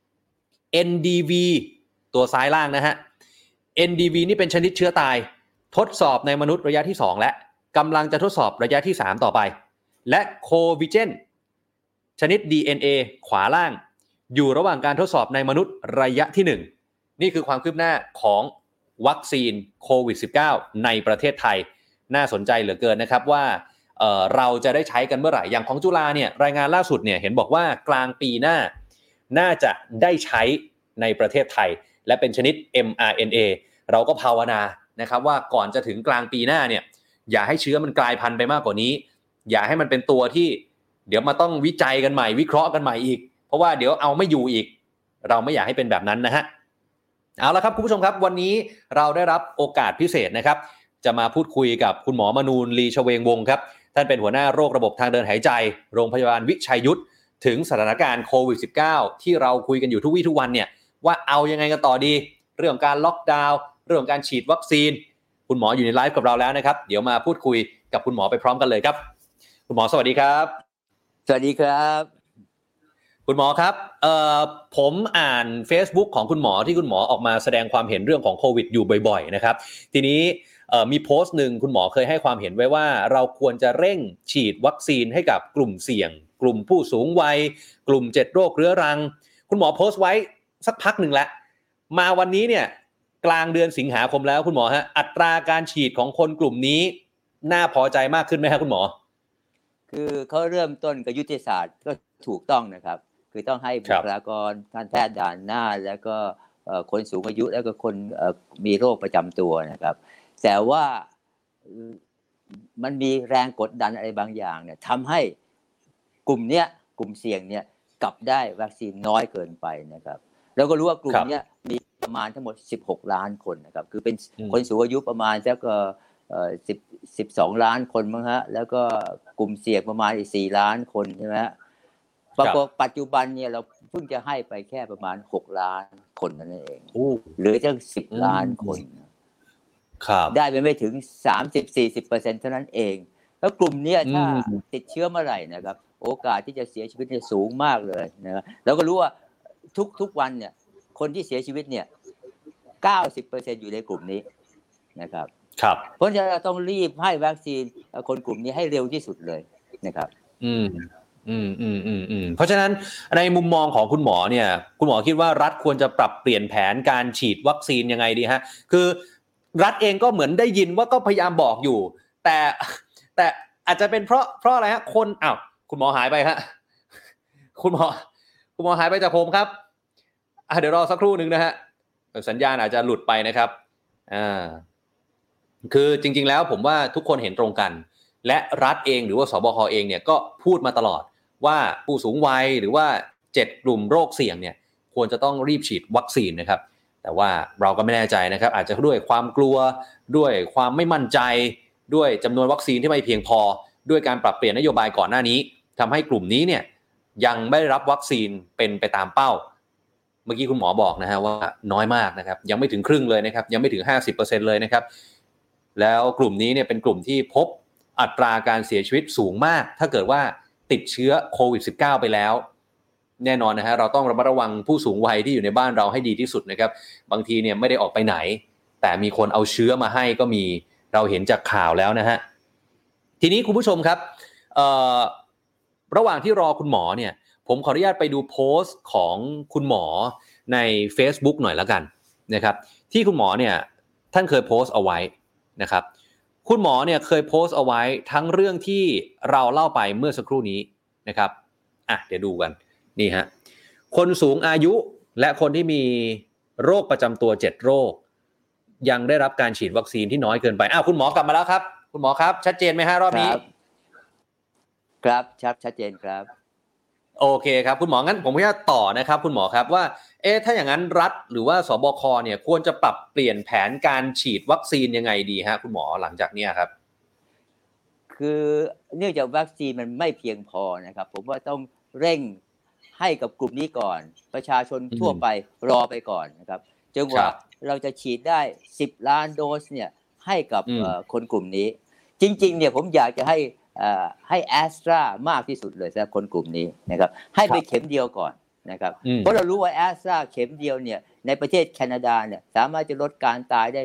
NDV ตัวซ้ายล่างนะฮะ NDV นี่เป็นชนิดเชื้อตายทดสอบในมนุษย์ระยะที่2และกำลังจะทดสอบระยะที่3ต่อไปและโควิเจนชนิด DNA ขวาล่างอยู่ระหว่างการทดสอบในมนุษย์ระยะที่1นี่คือความคืบหน้าของวัคซีนโควิด -19 ในประเทศไทยน่าสนใจเหลือเกินนะครับว่าเราจะได้ใช้กันเมื่อไหร่อย่างของจุฬาเนี่ยรายงานล่าสุดเนี่ยเห็นบอกว่ากลางปีหน้าน่าจะได้ใช้ในประเทศไทยและเป็นชนิด mRNA เราก็ภาวนานะครับว่าก่อนจะถึงกลางปีหน้าเนี่ยอย่าให้เชื้อมันกลายพันธุ์ไปมากกว่านี้อย่าให้มันเป็นตัวที่เดี๋ยวมาต้องวิจัยกันใหม่วิเคราะห์กันใหม่อีกเพราะว่าเดี๋ยวเอาไม่อยู่อีกเราไม่อยากให้เป็นแบบนั้นนะฮะเอาละครับคุณผู้ชมครับวันนี้เราได้รับโอกาสพิเศษนะครับจะมาพูดคุยกับคุณหมอมนูนลีชเวงวงศ์ครับท่านเป็นหัวหน้าโรคระบบทางเดินหายใจโรงพยาบาลวิชัยยุทธถึงสถานการณ์โควิด -19 ที่เราคุยกันอยู่ทุกวี่ทุกวันเนี่ยว่าเอายังไงกันต่อดีเรื่องการล็อกดาวน์เรื่องการฉีดวัคซีนคุณหมออยู่ในไลฟ์กับเราแล้วนะครับเดี๋ยวมาพูดคุยกับคุณหมอไปพร้อมกันเลยครับคุณหมอสวัสดีครับสวัสดีครับคุณหมอครับผมอ่าน Facebook ของคุณหมอที่คุณหมอออกมาแสดงความเห็นเรื่องของโควิดอยู่บ่อยๆนะครับทีนี้มีโพสต์หนึ่งคุณหมอเคยให้ความเห็นไว้ว่าเราควรจะเร่งฉีดวัคซีนให้กับกลุ่มเสี่ยงกลุ่มผู้สูงวัยกลุ่ม7โรคเรื้อรังคุณหมอโพสต์ไว้สักพักหนึ่งแล้วมาวันนี้เนี่ยกลางเดือนสิงหาคมแล้วคุณหมอฮะอัตราการฉีดของคนกลุ่มนี้น่าพอใจมากขึ้นไหมครับคุณหมอคือเขาเริ่มต้นกับยุทธศาสตร์ก็ถูกต้องนะครับคือต้องให้บุคลากรการแพทย์ด่านหน้าแล้วก็คนสูงอายุแล้วก็คนมีโรคประจำตัวนะครับแต่ว่ามันมีแรงกดดันอะไรบางอย่างเนี่ยทำให้กลุ่มเสี่ยงเนี่ยกลับได้วัคซีนน้อยเกินไปนะครับแล้วก็รู้ว่ากลุ่มนี้มีประมาณทั้งหมด16ล้านคนนะครับคือเป็นคนสูงอายุประมาณสัก12ล้านคนมั้งฮะแล้วก็กลุ่มเสี่ยงประมาณอีก4ล้านคนใช่ไหมฮะปรากฏปัจจุบันเนี่ยเราเพิ่งจะให้ไปแค่ประมาณ6ล้านคนนั่นเองเหลือจัง10ล้านคนได้ไปไม่ถึง 30-40% เท่านั้นเองแล้วกลุ่มนี้ถ้าติดเชื้อเมื่อไหร่นะครับโอกาสที่จะเสียชีวิตเนี่ยสูงมากเลยนะครับแล้วก็รู้ว่าทุกวันเนี่ยคนที่เสียชีวิตเนี่ย 90% อยู่ในกลุ่มนี้นะครับเพราะฉะนั้นเราต้องรีบให้วัคซีนคนกลุ่มนี้ให้เร็วที่สุดเลยนะครับเพราะฉะนั้นในมุมมองของคุณหมอเนี่ยคุณหมอคิดว่ารัฐควรจะปรับเปลี่ยนแผนการฉีดวัคซีนยังไงดีฮะคือรัฐเองก็เหมือนได้ยินว่าก็พยายามบอกอยู่แต่อาจจะเป็นเพราะอะไรฮะคนคุณหมอหายไปฮะคุณหมอหายไปจากผมครับเดี๋ยวรอสักครู่นึงนะฮะสัญญาณอาจจะหลุดไปนะครับคือจริงๆแล้วผมว่าทุกคนเห็นตรงกันและรัฐเองหรือว่าสบคเองเนี่ยก็พูดมาตลอดว่าผู้สูงวัยหรือว่า7กลุ่มโรคเสี่ยงเนี่ยควรจะต้องรีบฉีดวัคซีนนะครับแต่ว่าเราก็ไม่แน่ใจนะครับอาจจะด้วยความกลัวด้วยความไม่มั่นใจด้วยจำนวนวัคซีนที่ไม่เพียงพอด้วยการปรับเปลี่ยนนโยบายก่อนหน้านี้ทำให้กลุ่มนี้เนี่ยยังไม่ได้รับวัคซีนเป็นไปตามเป้าเมื่อกี้คุณหมอบอกนะฮะว่าน้อยมากนะครับยังไม่ถึงครึ่งเลยนะครับยังไม่ถึง 50% เลยนะครับแล้วกลุ่มนี้เนี่ยเป็นกลุ่มที่พบอัตราการเสียชีวิตสูงมากถ้าเกิดว่าติดเชื้อโควิด -19 ไปแล้วแน่นอนนะฮะเราต้องระมัดระวังผู้สูงวัยที่อยู่ในบ้านเราให้ดีที่สุดนะครับบางทีเนี่ยไม่ได้ออกไปไหนแต่มีคนเอาเชื้อมาให้ก็มีเราเห็นจากข่าวแล้วนะฮะทีนี้คุณผู้ชมครับระหว่างที่รอคุณหมอเนี่ยผมขออนุญาตไปดูโพสต์ของคุณหมอใน Facebook หน่อยแล้วกันนะครับที่คุณหมอเนี่ยท่านเคยโพสต์เอาไว้นะครับคุณหมอเนี่ยเคยโพสต์เอาไว้ทั้งเรื่องที่เราเล่าไปเมื่อสักครู่นี้นะครับเดี๋ยวดูกันนี่ฮะคนสูงอายุและคนที่มีโรคประจำตัว7โรคยังได้รับการฉีดวัคซีนที่น้อยเกินไปคุณหมอกลับมาแล้วครับคุณหมอครับชัดเจนไหมฮะรอบนี้ครับชัดเจนครับโอเคครับคุณหมองั้นผมจะต่อนะครับคุณหมอครับว่าถ้าอย่างนั้นรัฐหรือว่าสบคเนี่ยควรจะปรับเปลี่ยนแผนการฉีดวัคซีนยังไงดีฮะคุณหมอหลังจากนี้ครับคือเนื่องจากวัคซีนมันไม่เพียงพอนะครับผมว่าต้องเร่งให้กับกลุ่มนี้ก่อนประชาชนทั่วไปรอไปก่อนนะครับจนกว่าเราจะฉีดได้10ล้านโดสเนี่ยให้กับคนกลุ่มนี้จริงๆเนี่ยผมอยากจะให้แอสตรามากที่สุดเลยสำหรับคนกลุ่มนี้นะครับให้ไปเข็มเดียวก่อนนะครับเพราะเรารู้ว่าแอสตราเข็มเดียวเนี่ยในประเทศแคนาดาเนี่ยสามารถจะลดการตายได้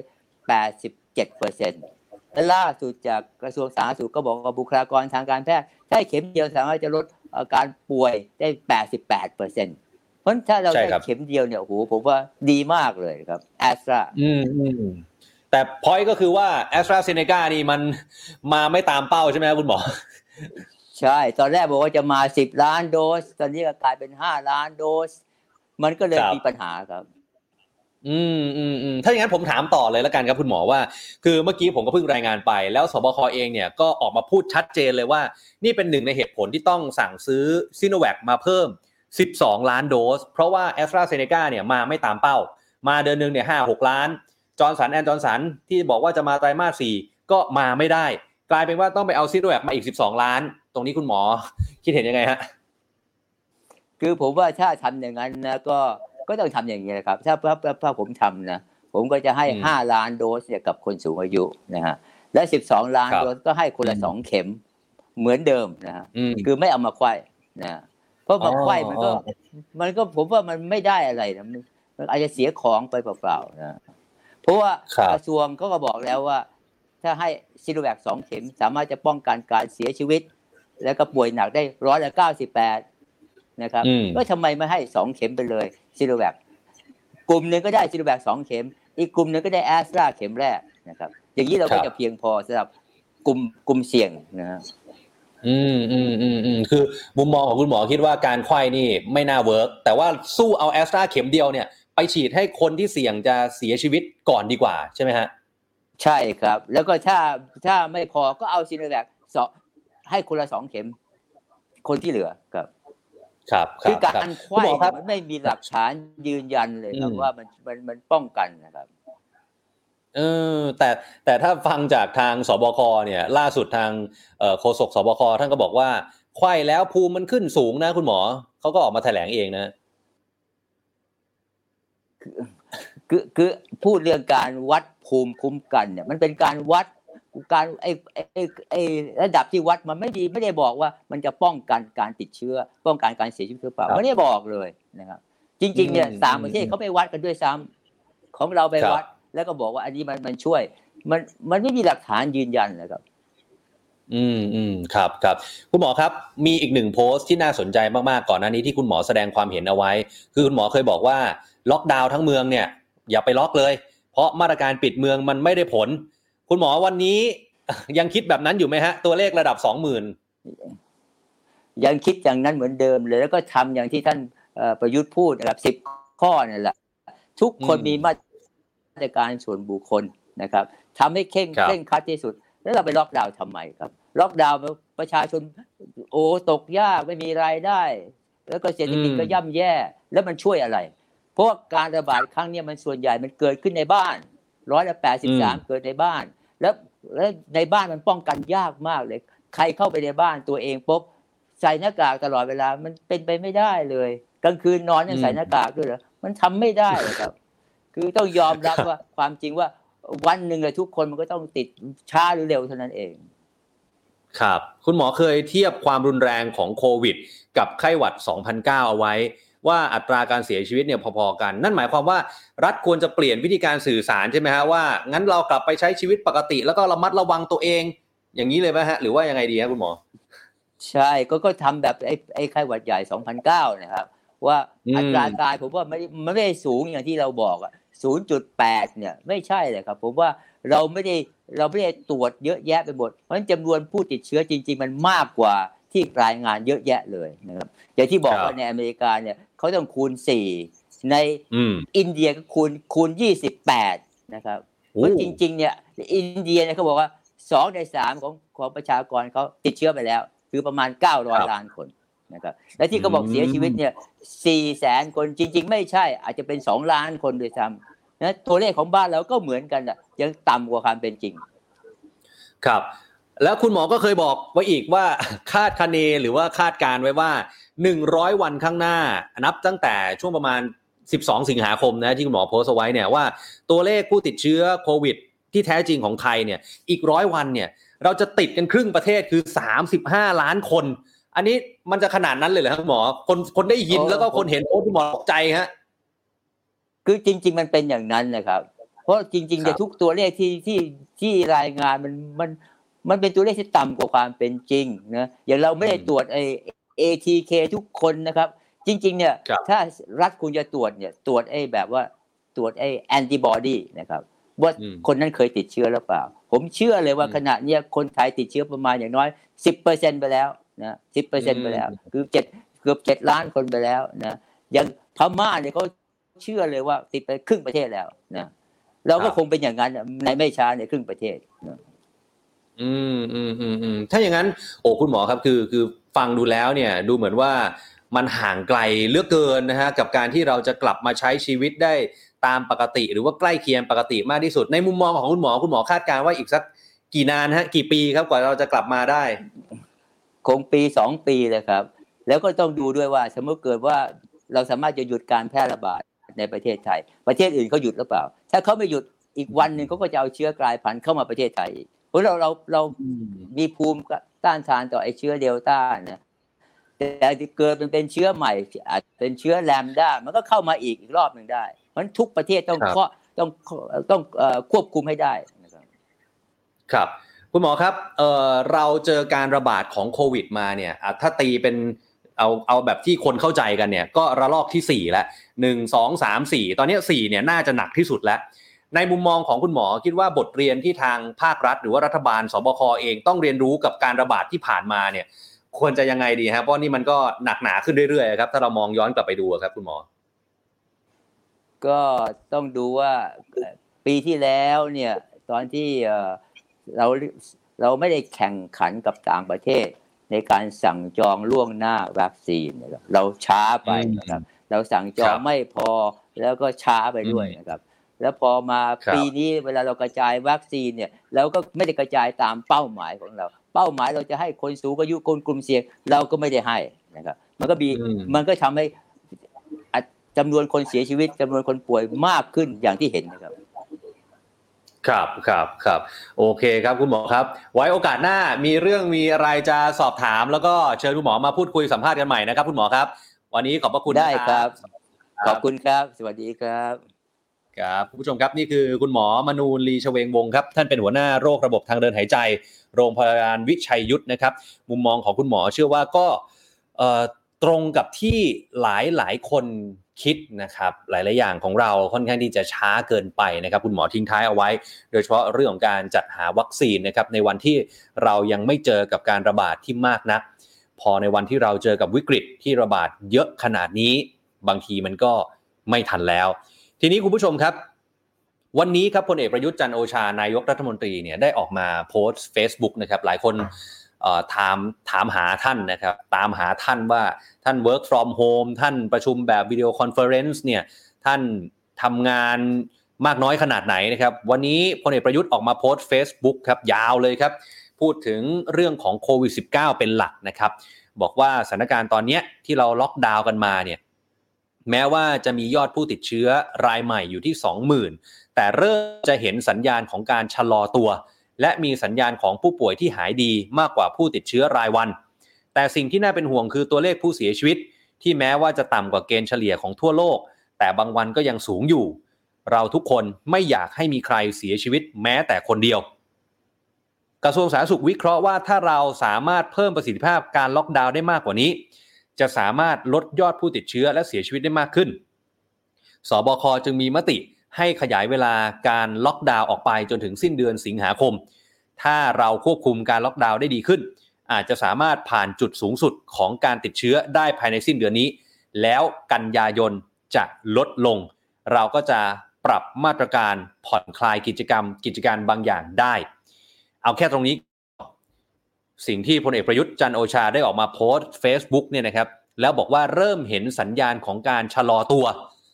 87% และล่าสุดจากกระทรวงสาธารณสุขก็บอกว่าบุคลากรทางการแพทย์ถ้าเข็มเดียวสามารถจะลดการป่วยได้ 88% เพราะถ้าเราได้เข็มเดียวเนี่ยโอ้โหผมว่าดีมากเลยครับแอสตราแต่ point ก็คือว่า AstraZeneca นี่มันมาไม่ตามเป้าใช่ไหมครับคุณหมอใช่ตอนแรกบอกว่าจะมา10ล้านโดสตอนนี้ก็กลายเป็น5ล้านโดสมันก็เลยมีปัญหาครับถ้าอย่างนั้นผมถามต่อเลยแล้วกันครับคุณหมอว่าคือเมื่อกี้ผมก็เพิ่งรายงานไปแล้วสบคเองเนี่ยก็ออกมาพูดชัดเจนเลยว่านี่เป็นหนึ่งในเหตุผลที่ต้องสั่งซื้อซิโนแวคมาเพิ่ม12ล้านโดสเพราะว่า AstraZeneca เนี่ยมาไม่ตามเป้ามาเดือนนึงเนี่ย5-6 ล้านจอห์นสันแอนด์จอห์นสันที่บอกว่าจะมาไตรมาส4ก็มาไม่ได้กลายเป็นว่าต้องไปเอาซิโนแวคมาอีก12 ล้านตรงนี้คุณหมอคิดเห็นยังไงฮะคือผมว่าถ้าทำอย่างนั้นนะก็ต้องทำอย่างนี้นะครับถ้าผมทำนะผมก็จะให้5 ล้านโดสเนี่ยกับคนสูงอายุนะฮะและ12 ล้านโดสก็ให้คนละ2 เข็มเหมือนเดิมนะฮะคือไม่เอามาไขว้นะเพราะมาไขว้มันก็ผมว่ามันไม่ได้อะไรนะมันอาจจะเสียของไปเปล่าๆนะเพราะว่ากระทรวงก็บอกแล้วว่าถ้าให้ซิโนแวค2 เข็มสามารถจะป้องกันการเสียชีวิตแล้วก็ป่วยหนักได้98%นะครับก็ทำไมไม่ให้2 เข็มไปเลยซิโนแวคกลุ่มนึงก็ได้ซิโนแวค2 เข็มอีกกลุ่มนึงก็ได้แอสตราเข็มแรกนะครับอย่างนี้เราก็จะเพียงพอสำหรับกลุ่มเสี่ยงนะฮะคือมุมมองของคุณหมอคิดว่าการไขว้นี่ไม่น่าเวิร์กแต่ว่าสู้เอาแอสตราเข็มเดียวเนี่ยไปฉีดให้คนที่เสี่ยงจะเสียชีวิตก่อนดีกว่าใช่ไหมฮะใช่ครับแล้วก็ถ้าไม่พอก็เอาซิโนแวคให้คนละ2 เข็มคนที่เหลือครับคือการไขว้มันไม่มีหลักฐานยืนยันเลยครับว่ามันป้องกันนะครับแต่ถ้าฟังจากทางสบคเนี่ยล่าสุดทางโฆษกสบคท่านก็บอกว่าไขว้แล้วภูมิมันขึ้นสูงนะคุณหมอเขาก็ออกมาแถลงเองนะคือพูดเรื่องการวัดภูมิคุ้มกันเนี่ยมันเป็นการวัดการไอ้ระดับที่วัดมันไม่ได้บอกว่ามันจะป้องกันการติดเชื้อป้องกันการเสียชีวิตหรือเปล่าไม่ได้บอกเลยนะครับจริงๆเนี่ย3 ประเทศเขาไปวัดกันด้วยซ้ำของเราไปวัดแล้วก็บอกว่าอันนี้มันช่วยมันไม่มีหลักฐานยืนยันนะครับครับคุณหมอครับมีอีก1โพสต์ที่น่าสนใจมากๆก่อนหน้านี้ที่คุณหมอแสดงความเห็นเอาไว้คือคุณหมอเคยบอกว่าล็อกดาวน์ทั้งเมืองเนี่ยอย่าไปล็อกเลยเพราะมาตรการปิดเมืองมันไม่ได้ผลคุณหมอวันนี้ยังคิดแบบนั้นอยู่ไหมฮะตัวเลขระดับ 20,000 ยังคิดอย่างนั้นเหมือนเดิมเลยแล้วก็ทำอย่างที่ท่านประยุทธ์พูดนะครับ10 ข้อนั่นแหละทุกคนมีมาตรการส่วนบุคคลนะครับทำให้เคร่งครัดที่สุดแล้วเราไปล็อกดาวน์ทำไมครับล็อกดาวน์ประชาชนตกยากไม่มีรายได้แล้วก็เศรษฐกิจก็ย่ำแย่แล้วมันช่วยอะไรเพราะการระบาดครั้งนี้มันส่วนใหญ่มันเกิดขึ้นในบ้าน183เกิดในบ้านแล้วในบ้านมันป้องกันยากมากเลยใครเข้าไปในบ้านตัวเองปุ๊บใส่หน้ากากตลอดเวลามันเป็นไปไม่ได้เลยกลางคืนนอนยังใส่หน้ากากด้วยเหรอมันทำไม่ได้ครับคือต้องยอมรับว่าความจริงว่าวันหนึ่งเลยทุกคนมันก็ต้องติดช้าหรือเร็วเท่านั้นเองครับคุณหมอเคยเทียบความรุนแรงของโควิดกับไข้หวัด 2009 เอาไว้ว่าอัตราการเสียชีวิตเนี่ยพอๆกันนั่นหมายความว่ารัฐควรจะเปลี่ยนวิธีการสื่อสารใช่ไหมฮะว่างั้นเรากลับไปใช้ชีวิตปกติแล้วก็ระมัดระวังตัวเองอย่างนี้เลยไหมฮะหรือว่ายังไงดีครับคุณหมอใช่ก็ทำแบบไอ้ไข้หวัดใหญ่ 2009 นะครับว่าอัตราตายผมว่าไม่ได้สูงอย่างที่เราบอกอ่ะ 0.8 เนี่ยไม่ใช่เลยครับผมว่าเราไม่ได้ตรวจเยอะแยะไปหมดเพราะฉะนั้นจำนวนผู้ติดเชื้อจริงๆมันมากกว่าที่รายงานเยอะแยะเลยนะครับอย่างที่บอกว่าในอเมริกาเนี่ยเขาต้องคูณ4ในอินเดียก็คูณ28นะครับเพราะจริงๆเนี่ยอินเดียเนี่ยเขาบอกว่า2 ใน 3ของประชากรเขาติดเชื้อไปแล้วคือประมาณ900 ล้านคนนะครับและที่เขาบอกเสียชีวิตเนี่ย 400,000 คนจริงๆไม่ใช่อาจจะเป็น2 ล้านคนด้วยซ้ำนะตัวเลขของบ้านเราก็เหมือนกันอ่ะยังต่ำกว่าความเป็นจริงครับแล้วคุณหมอก็เคยบอกไว้อีกว่าคาดคะเนหรือว่าคาดการไว้ว่า100 วันข้างหน้านับตั้งแต่ช่วงประมาณ12 สิงหาคมนะที่คุณหมอโพสต์เอาไว้เนี่ยว่าตัวเลขผู้ติดเชื้อโควิดที่แท้จริงของไทยเนี่ยอีก100 วันเนี่ยเราจะติดกันครึ่งประเทศคือ35 ล้านคนอันนี้มันจะขนาดนั้นเลยเหรอครับหมอคนได้ยินแล้วก็คนเห็นโอ้คุณหมอตกใจฮะคือจริงๆมันเป็นอย่างนั้นนะครับเพราะจริงๆเนี่ยทุกตัวเลขที่รายงานมันเป็นตัวเลขที่ต่ำกว่าความเป็นจริงนะอย่างเราไม่ได้ตรวจATK ทุกคนนะครับจริงๆเนี่ยถ้ารัฐคุณจะตรวจเนี่ยตรวจแบบว่าตรวจแอนติบอดีนะครับว่าคนนั้นเคยติดเชื้อหรือเปล่าผมเชื่อเลยว่าขณะนี้คนไทยติดเชื้อประมาณอย่างน้อย 10% ไปแล้วนะ 10% ไปแล้วคือเกือบ7 ล้านคนไปแล้วนะอย่างพม่าเนี่ยเขาเชื่อเลยว่าติดไปครึ่งประเทศแล้วนะเราก็คงเป็นอย่างนั้นในไม่ช้าในครึ่งประเทศนะถ้าอย่างนั้นโอ้คุณหมอครับคือฟังดูแล้วเนี่ยดูเหมือนว่ามันห่างไกลเหลือเกินนะฮะกับการที่เราจะกลับมาใช้ชีวิตได้ตามปกติหรือว่าใกล้เคียงปกติมากที่สุดในมุมมองของคุณหมอคาดการณ์ว่าอีกสักกี่นานฮะกี่ปีครับกว่าเราจะกลับมาได้คงปี2ปีเลยครับแล้วก็ต้องดูด้วยว่าสมมติเกิดว่าเราสามารถจะหยุดการแพร่ระบาดในประเทศไทยประเทศอื่นเขาหยุดหรือเปล่าถ้าเขาไม่หยุดอีกวันนึงเขาก็จะเอาเชื้อกลายพันธุ์เข้ามาประเทศไทยเพราะเรามีภูมิต้านทานต่อไอ้เชื้อเดลต้านะแต่เกิดมันเป็นเชื้อใหม่อาจเป็นเชื้อแลมด้ามันก็เข้ามาอีกรอบนึงได้เพราะฉะนั้นทุกประเทศต้องควบคุมให้ได้นะครับครับคุณหมอครับเราเจอการระบาดของโควิดมาเนี่ยถ้าตีเป็นเอาแบบที่คนเข้าใจกันเนี่ยก็ระลอกที่4แล้ว1 2 3 4ตอนนี้4เนี่ยน่าจะหนักที่สุดแล้วในมุมมองของคุณหมอคิดว่าบทเรียนที่ทางภาครัฐหรือว่ารัฐบาลสบคเองต้องเรียนรู้กับการระบาดที่ผ่านมาเนี่ยควรจะยังไงดีครับเพราะนี่มันก็หนักหนาขึ้นเรื่อยๆครับถ้าเรามองย้อนกลับไปดูครับคุณหมอก็ต้องดูว่าปีที่แล้วเนี่ยตอนที่เราไม่ได้แข่งขันกับต่างประเทศในการสั่งจองล่วงหน้าวัคซีนนะครับเราช้าไปนะครับเราสั่งจองไม่พอแล้วก็ช้าไปด้วยนะครับแล้วพอมาปีนี้เวลาเรากระจายวัคซีนเนี่ยเราก็ไม่ได้กระจายตามเป้าหมายของเราเป้าหมายเราจะให้คนสูงอายุคนกลุ่มเสี่ยงเราก็ไม่ได้ให้นะครับมันก็ทำให้จำนวนคนเสียชีวิตจำนวนคนป่วยมากขึ้นอย่างที่เห็นนะครับครับโอเคครับคุณหมอครับไว้โอกาสหน้ามีเรื่องมีอะไรจะสอบถามแล้วก็เชิญคุณหมอมาพูดคุยสัมภาษณ์กันใหม่นะครับคุณหมอครับวันนี้ขอบพระคุณได้ครับขอบคุณครับสวัสดีครับครับคุณผู้ชมครับนี่คือคุณหมอมนูนลีชเวงวงศ์ครับท่านเป็นหัวหน้าโรคระบบทางเดินหายใจโรงพยาบาลวิชัยยุทธนะครับมุมมองของคุณหมอเชื่อว่าก็ตรงกับที่หลายคนคิดนะครับหลายๆอย่างของเราค่อนข้างที่จะช้าเกินไปนะครับคุณหมอทิ้งท้ายเอาไว้โดยเฉพาะเรื่องของการจัดหาวัคซีนนะครับในวันที่เรายังไม่เจอกับการระบาดที่มากนักพอในวันที่เราเจอกับวิกฤตที่ระบาดเยอะขนาดนี้บางทีมันก็ไม่ทันแล้วทีนี้คุณผู้ชมครับวันนี้ครับพลเอกประยุทธ์จันทร์โอชานายกรัฐมนตรีเนี่ยได้ออกมาโพสต์ Facebook นะครับหลายคนถามหาท่านนะครับตามหาท่านว่าท่าน work from home ท่านประชุมแบบวิดีโอคอนเฟอเรนซ์เนี่ยท่านทำงานมากน้อยขนาดไหนนะครับวันนี้พลเอกประยุทธ์ออกมาโพสต์ Facebook ครับยาวเลยครับพูดถึงเรื่องของโควิด -19 เป็นหลักนะครับบอกว่าสถานการณ์ตอนนี้ที่เราล็อกดาวน์กันมาเนี่ยแม้ว่าจะมียอดผู้ติดเชื้อรายใหม่อยู่ที่ 20,000 แต่เริ่มจะเห็นสัญญาณของการชะลอตัวและมีสัญญาณของผู้ป่วยที่หายดีมากกว่าผู้ติดเชื้อรายวันแต่สิ่งที่น่าเป็นห่วงคือตัวเลขผู้เสียชีวิตที่แม้ว่าจะต่ำกว่าเกณฑ์เฉลี่ยของทั่วโลกแต่บางวันก็ยังสูงอยู่เราทุกคนไม่อยากให้มีใครเสียชีวิตแม้แต่คนเดียวกระทรวงสาธารณสุขวิเคราะห์ว่าถ้าเราสามารถเพิ่มประสิทธิภาพการล็อกดาวน์ได้มากกว่านี้จะสามารถลดยอดผู้ติดเชื้อและเสียชีวิตได้มากขึ้นสบคจึงมีมติให้ขยายเวลาการล็อกดาวน์ออกไปจนถึงสิ้นเดือนสิงหาคมถ้าเราควบคุมการล็อกดาวน์ได้ดีขึ้นอาจจะสามารถผ่านจุดสูงสุดของการติดเชื้อได้ภายในสิ้นเดือนนี้แล้วกันยายนจะลดลงเราก็จะปรับมาตรการผ่อนคลายกิจการบางอย่างได้เอาแค่ตรงนี้สิ่งที่พลเอกประยุทธ์จันทร์โอชาได้ออกมาโพสต์ Facebook เนี่ยนะครับแล้วบอกว่าเริ่มเห็นสัญญาณของการชะลอตัว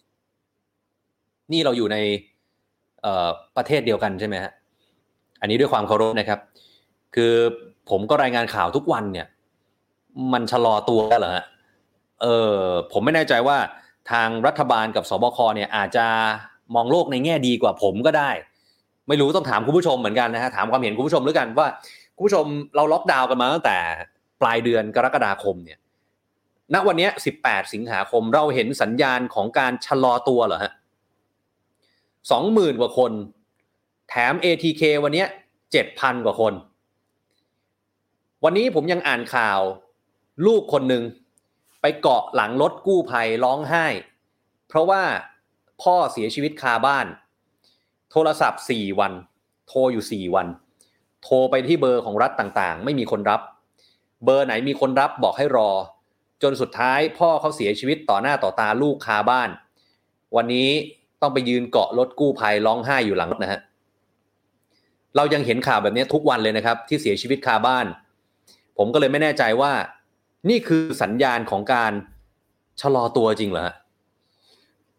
นี่เราอยู่ในประเทศเดียวกันใช่ไหมฮะอันนี้ด้วยความเคารพนะครับคือผมก็รายงานข่าวทุกวันเนี่ยมันชะลอตัวเหรอฮะผมไม่แน่ใจว่าทางรัฐบาลกับสบคเนี่ยอาจจะมองโลกในแง่ดีกว่าผมก็ได้ไม่รู้ต้องถามคุณผู้ชมเหมือนกันนะฮะถามความเห็นคุณผู้ชมด้วยกันว่าคุณผู้ชมเราล็อกดาวน์กันมาตั้งแต่ปลายเดือนกรกฎาคมเนี่ยณวันนี้18สิงหาคมเราเห็นสัญญาณของการชะลอตัวเหรอฮะ 20,000 กว่าคนแถม ATK วันนี้ 7,000 กว่าคนวันนี้ผมยังอ่านข่าวลูกคนหนึ่งไปเกาะหลังรถกู้ภัยร้องไห้เพราะว่าพ่อเสียชีวิตคาบ้านโทรศัพท์4วันโทรอยู่4วันโทรไปที่เบอร์ของรัฐต่างๆไม่มีคนรับเบอร์ไหนมีคนรับบอกให้รอจนสุดท้ายพ่อเขาเสียชีวิตต่อหน้าต่อตาลูกคาบ้านวันนี้ต้องไปยืนเกาะรถกู้ภัยร้องไห้อยู่หลังรถนะฮะเรายังเห็นข่าวแบบนี้ทุกวันเลยนะครับที่เสียชีวิตคาบ้านผมก็เลยไม่แน่ใจว่านี่คือสัญญาณของการชะลอตัวจริงเหรอ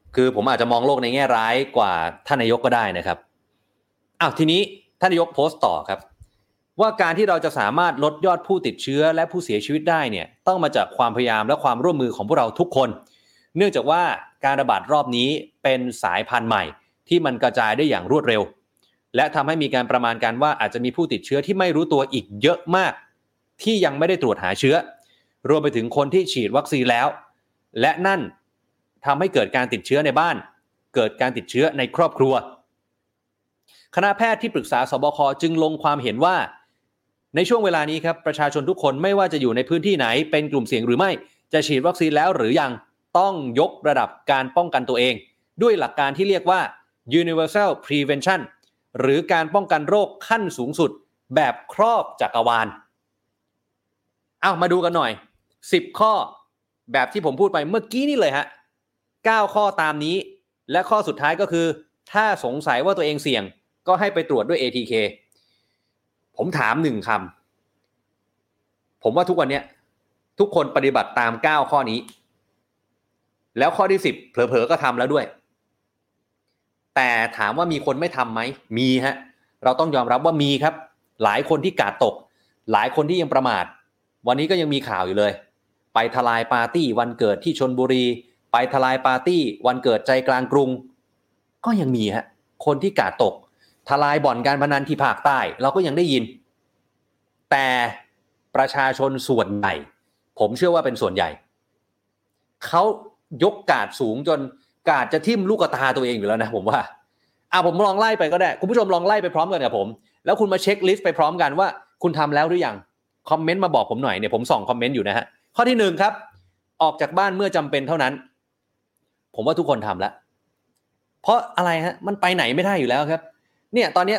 คือผมอาจจะมองโลกในแง่ร้ายกว่าท่านนายกก็ได้นะครับทีนี้ท่านนายกโพสต์ต่อครับว่าการที่เราจะสามารถลดยอดผู้ติดเชื้อและผู้เสียชีวิตได้เนี่ยต้องมาจากความพยายามและความร่วมมือของพวกเราทุกคนเนื่องจากว่าการระบาดรอบนี้เป็นสายพันธุ์ใหม่ที่มันกระจายได้อย่างรวดเร็วและทำให้มีการประมาณการว่าอาจจะมีผู้ติดเชื้อที่ไม่รู้ตัวอีกเยอะมากที่ยังไม่ได้ตรวจหาเชื้อรวมไปถึงคนที่ฉีดวัคซีนแล้วและนั่นทำให้เกิดการติดเชื้อในบ้านเกิดการติดเชื้อในครอบครัวคณะแพทย์ที่ปรึกษาสบคจึงลงความเห็นว่าในช่วงเวลานี้ครับประชาชนทุกคนไม่ว่าจะอยู่ในพื้นที่ไหนเป็นกลุ่มเสี่ยงหรือไม่จะฉีดวัคซีนแล้วหรือยังต้องยกระดับการป้องกันตัวเองด้วยหลักการที่เรียกว่า universal prevention หรือการป้องกันโรคขั้นสูงสุดแบบครอบจักรวาลมาดูกันหน่อย10ข้อแบบที่ผมพูดไปเมื่อกี้นี่เลยฮะ9ข้อตามนี้และข้อสุดท้ายก็คือถ้าสงสัยว่าตัวเองเสี่ยงก็ให้ไปตรวจด้วย ATK ผมถาม1คำผมว่าทุกวันนี้ทุกคนปฏิบัติตาม9ข้อนี้แล้วข้อที่10เผลอๆก็ทำแล้วด้วยแต่ถามว่ามีคนไม่ทำไหมมีฮะเราต้องยอมรับว่ามีครับหลายคนที่กาดตกหลายคนที่ยังประมาทวันนี้ก็ยังมีข่าวอยู่เลยไปทลายปาร์ตี้วันเกิดที่ชลบุรีไปทลายปาร์ตี้วันเกิดใจกลางกรุงก็ยังมีฮะคนที่กาดตกทลายบ่อนการพนันที่ภาคใต้เราก็ยังได้ยินแต่ประชาชนส่วนใหญ่ผมเชื่อว่าเป็นส่วนใหญ่เขายกกาดสูงจนกาดจะทิ่มลูกตาตัวเองอยู่แล้วนะผมว่าผมลองไล่ไปก็ได้คุณผู้ชมลองไล่ไปพร้อมกันกับผมแล้วคุณมาเช็คลิสต์ไปพร้อมกันว่าคุณทำแล้วหรือยังคอมเมนต์มาบอกผมหน่อยเนี่ยผมส่องคอมเมนต์อยู่นะฮะข้อที่1ครับออกจากบ้านเมื่อจำเป็นเท่านั้นผมว่าทุกคนทำแล้วเพราะอะไรฮะมันไปไหนไม่ได้อยู่แล้วครับเนี่ยตอนนี้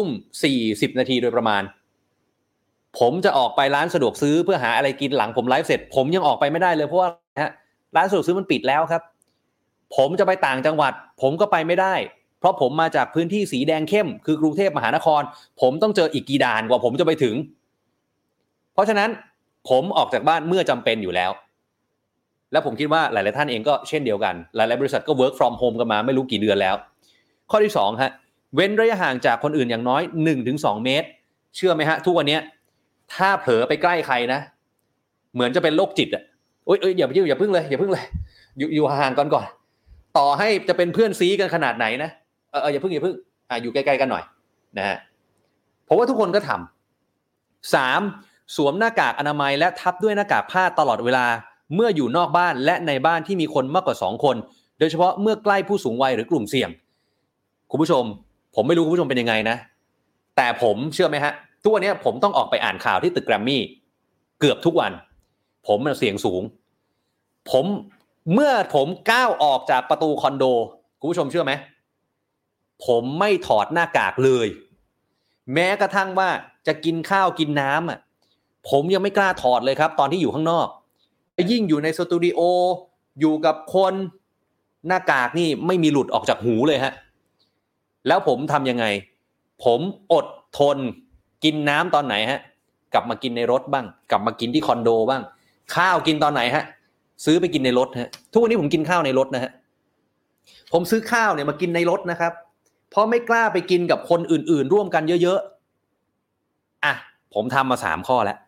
20:40 นาทีโดยประมาณผมจะออกไปร้านสะดวกซื้อเพื่อหาอะไรกินหลังผมไลฟ์เสร็จผมยังออกไปไม่ได้เลยเพราะว่าร้านสะดวกซื้อมันปิดแล้วครับผมจะไปต่างจังหวัดผมก็ไปไม่ได้เพราะผมมาจากพื้นที่สีแดงเข้มคือกรุงเทพมหานครผมต้องเจออีกกี่ด่านกว่าผมจะไปถึงเพราะฉะนั้นผมออกจากบ้านเมื่อจำเป็นอยู่แล้วและผมคิดว่าหลายๆท่านเองก็เช่นเดียวกันหลายๆบริษัทก็ work from home กันมาไม่รู้กี่เดือนแล้วข้อที่2ฮะเว้นระยะห่างจากคนอื่นอย่างน้อย 1-2 เมตรเชื่อไหมฮะทุกวันนี้ถ้าเผลอไปใกล้ใครนะเหมือนจะเป็นโรคจิตอย่าพึ่งเลยอยู่ห่างก่อนต่อให้จะเป็นเพื่อนซีกันขนาดไหนนะอย่าพึ่งอยู่ใกล้ๆกันหน่อยนะฮะเพราะว่าทุกคนก็ทำ3สวมหน้ากากอนามัยและทับด้วยหน้ากากผ้าตลอดเวลาเมื่ออยู่นอกบ้านและในบ้านที่มีคนมากกว่า2คนโดยเฉพาะเมื่อใกล้ผู้สูงวัยหรือกลุ่มเสี่ยงคุณผู้ชมผมไม่รู้คุณผู้ชมเป็นยังไงนะแต่ผมเชื่อไหมฮะทุกวันนี้ผมต้องออกไปอ่านข่าวที่ตึกแกรมมี่เกือบทุกวันผมเสี่ยงสูงเมื่อผมก้าวออกจากประตูคอนโดคุณผู้ชมเชื่อไหมผมไม่ถอดหน้ากากเลยแม้กระทั่งว่าจะกินข้าวกินน้ำผมยังไม่กล้าถอดเลยครับตอนที่อยู่ข้างนอกยิ่งอยู่ในสตูดิโออยู่กับคนหน้ากากนี่ไม่มีหลุดออกจากหูเลยฮะแล้วผมทำยังไงผมอดทนกินน้ำตอนไหนฮะกลับมากินในรถบ้างกลับมากินที่คอนโดบ้างข้าวกินตอนไหนฮะซื้อไปกินในรถฮะทุกวันนี้ผมกินข้าวในรถนะฮะผมซื้อข้าวเนี่ยมากินในรถนะครับเพราะไม่กล้าไปกินกับคนอื่นๆร่วมกันเยอะๆผมทำมา3ข้อแล้ว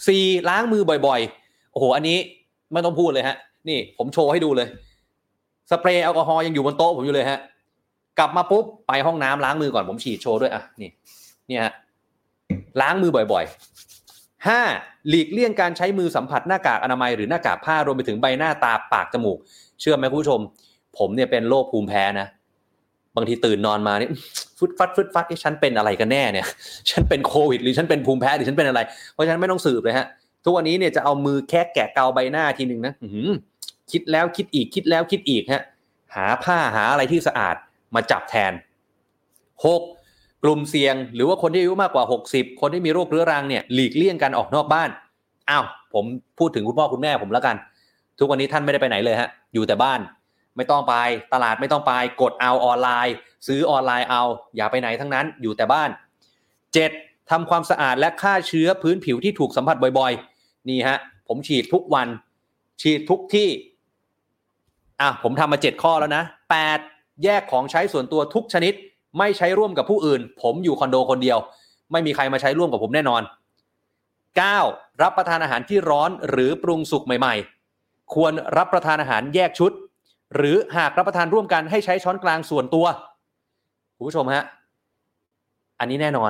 4ล้างมือบ่อยๆโอ้โหอันนี้ไม่ต้องพูดเลยฮะนี่ผมโชว์ให้ดูเลยสเปรย์แอลกอฮอล์ยังอยู่บนโต๊ะผมอยู่เลยฮะกลับมาปุ๊บไปห้องน้ำล้างมือก่อนผมฉีดโชว์ด้วยนี่ฮะล้างมือบ่อยๆ5หลีกเลี่ยงการใช้มือสัมผัสหน้ากากอนามัยหรือหน้ากากผ้ารวมไปถึงใบหน้าตาปากจมูกเชื่อไหมคุณผู้ชมผมเนี่ยเป็นโรคภูมิแพ้นะบางทีตื่นนอนมานี่ฟึดฟัดฉันเป็นอะไรกันแน่เนี่ยฉันเป็นโควิดหรือฉันเป็นภูมิแพ้หรือฉันเป็นอะไรเพราะฉะนั้นไม่ต้องสืบเลยฮะทุกวันนี้เนี่ยจะเอามือแค่แกะเกาใบหน้าทีนึงนะคิดแล้วคิดอีกคิดแล้วคิดอีกฮะหาผ้าหาอะไรที่สะอาดมาจับแทน6กลุ่มเสี่ยงหรือว่าคนที่อายุมากกว่า60คนที่มีโรคเรื้อรังเนี่ยหลีกเลี่ยงการออกนอกบ้านผมพูดถึงคุณพ่อคุณแม่ผมแล้วกันทุกวันนี้ท่านไม่ได้ไปไหนเลยฮะอยู่แต่บ้านไม่ต้องไปตลาดไม่ต้องไปกดเอาออนไลน์ซื้อออนไลน์เอาอย่าไปไหนทั้งนั้นอยู่แต่บ้าน7ทำความสะอาดและฆ่าเชื้อพื้นผิวที่ถูกสัมผัสบ่อยๆนี่ฮะผมฉีดทุกวันฉีดทุกที่ผมทำมา7ข้อแล้วนะ8แยกของใช้ส่วนตัวทุกชนิดไม่ใช้ร่วมกับผู้อื่นผมอยู่คอนโดคนเดียวไม่มีใครมาใช้ร่วมกับผมแน่นอน9รับประทานอาหารที่ร้อนหรือปรุงสุกใหม่ๆควรรับประทานอาหารแยกชุดหรือหากรับประทานร่วมกันให้ใช้ช้อนกลางส่วนตัวคุณผู้ชมฮะอันนี้แน่นอน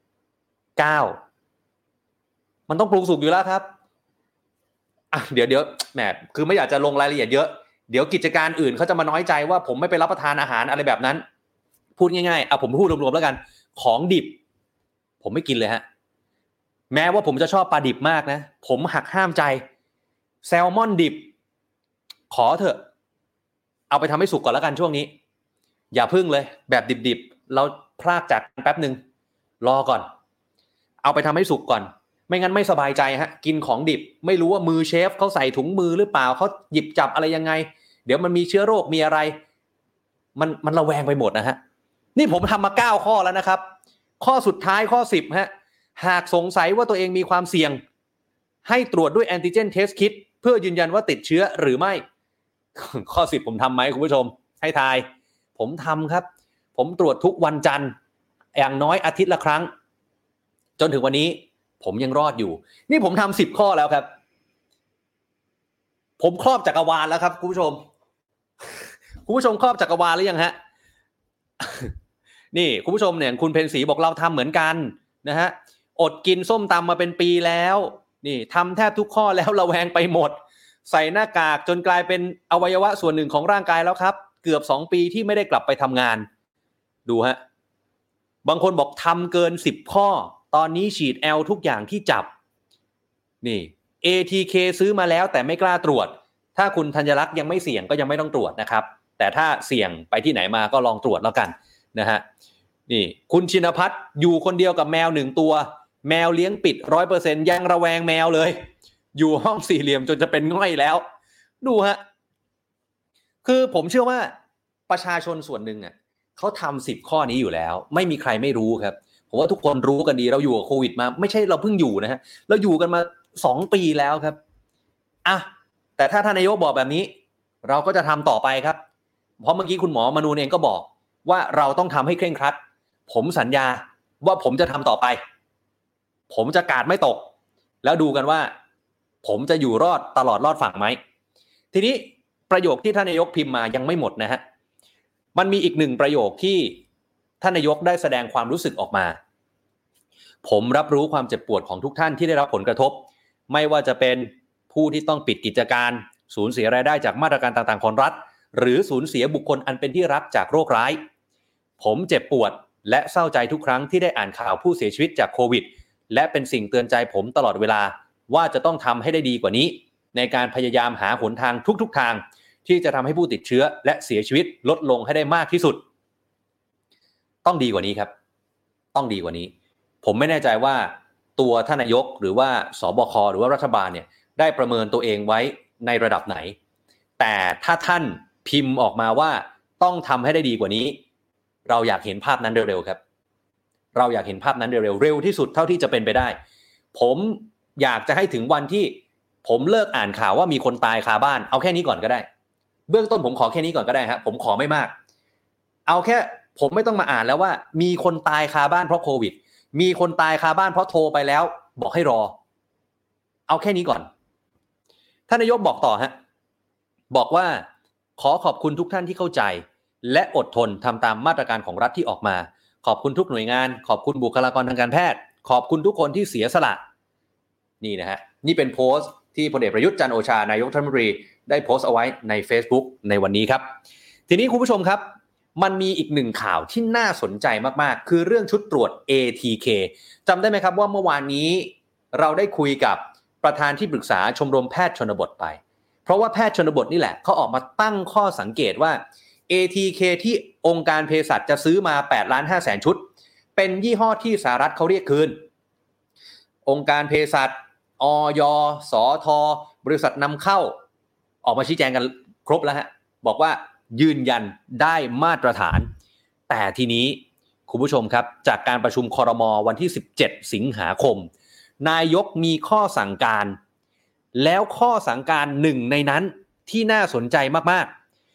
9มันต้องปรุงสุกอยู่แล้วครับเดี๋ยวแหมคือไม่อยากจะลงรายละเอียดเยอะเดี๋ยวกิจการอื่นเขาจะมาน้อยใจว่าผมไม่ไปรับประทานอาหารอะไรแบบนั้นพูดง่ายๆผมพูดรวมๆแล้วกันของดิบผมไม่กินเลยฮะแม้ว่าผมจะชอบปลาดิบมากนะผมหักห้ามใจแซลมอนดิบขอเถอะเอาไปทำให้สุกก่อนแล้วกันช่วงนี้อย่าพึ่งเลยแบบดิบๆเราพลากจากกันแป๊บนึงรอก่อนเอาไปทำให้สุกก่อนไม่งั้นไม่สบายใจฮะกินของดิบไม่รู้ว่ามือเชฟเขาใส่ถุงมือหรือเปล่าเขาหยิบจับอะไรยังไงเดี๋ยวมันมีเชื้อโรคมีอะไรมันระแวงไปหมดนะฮะนี่ผมทำมา9ข้อแล้วนะครับข้อสุดท้ายข้อ10ฮะหากสงสัยว่าตัวเองมีความเสี่ยงให้ตรวจด้วยแอนติเจนเทสคิทเพื่อยืนยันว่าติดเชื้อหรือไม่ข้อ10ผมทำไหมคุณผู้ชมให้ทายผมทำครับผมตรวจทุกวันจันทร์อย่างน้อยอาทิตย์ละครั้งจนถึงวันนี้ผมยังรอดอยู่นี่ผมทำ10ข้อแล้วครับผมครอบจักรวาลแล้วครับคุณผู้ชมครอบจักรวาลหรือยังฮะนี่คุณผู้ชมเนี่ยคุณเพนศรีบอกเราทำเหมือนกันนะฮะอดกินส้มตำมาเป็นปีแล้วนี่ทำแทบทุกข้อแล้วระแวงไปหมดใส่หน้ากากจนกลายเป็นอวัยวะส่วนหนึ่งของร่างกายแล้วครับเกือบ2ปีที่ไม่ได้กลับไปทำงานดูฮะบางคนบอกทำเกิน10ข้อตอนนี้ฉีด L ทุกอย่างที่จับนี่ ATK ซื้อมาแล้วแต่ไม่กล้าตรวจถ้าคุณธัญลักษณ์ยังไม่เสี่ยงก็ยังไม่ต้องตรวจนะครับแต่ถ้าเสี่ยงไปที่ไหนมาก็ลองตรวจแล้วกันนะฮะนี่คุณชินภัทรอยู่คนเดียวกับแมว1ตัวแมวเลี้ยงปิด 100% ยังระแวงแมวเลยอยู่ห้องสี่เหลี่ยมจนจะเป็นง่อยแล้วดูฮะคือผมเชื่อว่าประชาชนส่วนหนึ่งเขาทำ10ข้อนี้อยู่แล้วไม่มีใครไม่รู้ครับผมว่าทุกคนรู้กันดีเราอยู่กับโควิดมาไม่ใช่เราเพิ่งอยู่นะฮะเราอยู่กันมา2ปีแล้วครับแต่ถ้าท่านนายกบอกแบบนี้เราก็จะทำต่อไปครับเพราะเมื่อกี้คุณหมอมนูนเองก็บอกว่าเราต้องทำให้เคร่งครัดผมสัญญาว่าผมจะทำต่อไปผมจะกาดไม่ตกแล้วดูกันว่าผมจะอยู่รอดตลอดรอดฝั่งไหมทีนี้ประโยคที่ท่านนายกพิมพ์มายังไม่หมดนะฮะมันมีอีกหนึ่งประโยคที่ท่านนายกได้แสดงความรู้สึกออกมาผมรับรู้ความเจ็บปวดของทุกท่านที่ได้รับผลกระทบไม่ว่าจะเป็นผู้ที่ต้องปิดกิจการสูญเสียรายได้จากมาตรการต่างๆของรัฐหรือสูญเสียบุคคลอันเป็นที่รักจากโรคร้ายผมเจ็บปวดและเศร้าใจทุกครั้งที่ได้อ่านข่าวผู้เสียชีวิตจากโควิดและเป็นสิ่งเตือนใจผมตลอดเวลาว่าจะต้องทำให้ได้ดีกว่านี้ในการพยายามหาหนทางทุกๆทางที่จะทำให้ผู้ติดเชื้อและเสียชีวิตลดลงให้ได้มากที่สุดต้องดีกว่านี้ครับต้องดีกว่านี้ผมไม่แน่ใจว่าตัวท่านนายกหรือว่าสบคหรือว่ารัฐบาลเนี่ยได้ประเมินตัวเองไว้ในระดับไหนแต่ถ้าท่านพิมพ์ออกมาว่าต้องทำให้ได้ดีกว่านี้เราอยากเห็นภาพนั้นเร็วๆครับเราอยากเห็นภาพนั้นเร็วที่สุดเท่าที่จะเป็นไปได้ผมอยากจะให้ถึงวันที่ผมเลิกอ่านข่าวว่ามีคนตายคาบ้านเอาแค่นี้ก่อนก็ได้เบื้องต้นผมขอแค่นี้ก่อนก็ได้ครับผมขอไม่มากเอาแค่ผมไม่ต้องมาอ่านแล้วว่ามีคนตายคาบ้านเพราะโควิดมีคนตายคาบ้านเพราะโทรไปแล้วบอกให้รอเอาแค่นี้ก่อนท่านนายกบอกต่อฮะบอกว่าขอขอบคุณทุกท่านที่เข้าใจและอดทนทำตามมาตรการของรัฐที่ออกมาขอบคุณทุกหน่วยงานขอบคุณบุคลากรทางการแพทย์ขอบคุณทุกคนที่เสียสละนี่นะฮะนี่เป็นโพสต์ที่พลเอกประยุทธ์จันทร์โอชานายกรัฐมนตรีได้โพสต์เอาไว้ใน Facebook ในวันนี้ครับทีนี้คุณผู้ชมครับมันมีอีกหนึ่งข่าวที่น่าสนใจมากๆคือเรื่องชุดตรวจ ATK จำได้ไหมครับว่าเมื่อวานนี้เราได้คุยกับประธานที่ปรึกษาชมรมแพทย์ชนบทไปเพราะว่าแพทย์ชนบทนี่แหละเขาออกมาตั้งข้อสังเกตว่า ATK ที่องค์การเภสัชจะซื้อมา 8,500,000 ชุดเป็นยี่ห้อที่สหรัฐเขาเรียกคืนองค์การเภสัชอย.สท.บริษัทนำเข้าออกมาชี้แจงกันครบแล้วฮะบอกว่ายืนยันได้มาตรฐานแต่ทีนี้คุณผู้ชมครับจากการประชุมครม.วันที่17สิงหาคมนายกมีข้อสั่งการแล้วข้อสั่งการหนึ่งในนั้นที่น่าสนใจมาก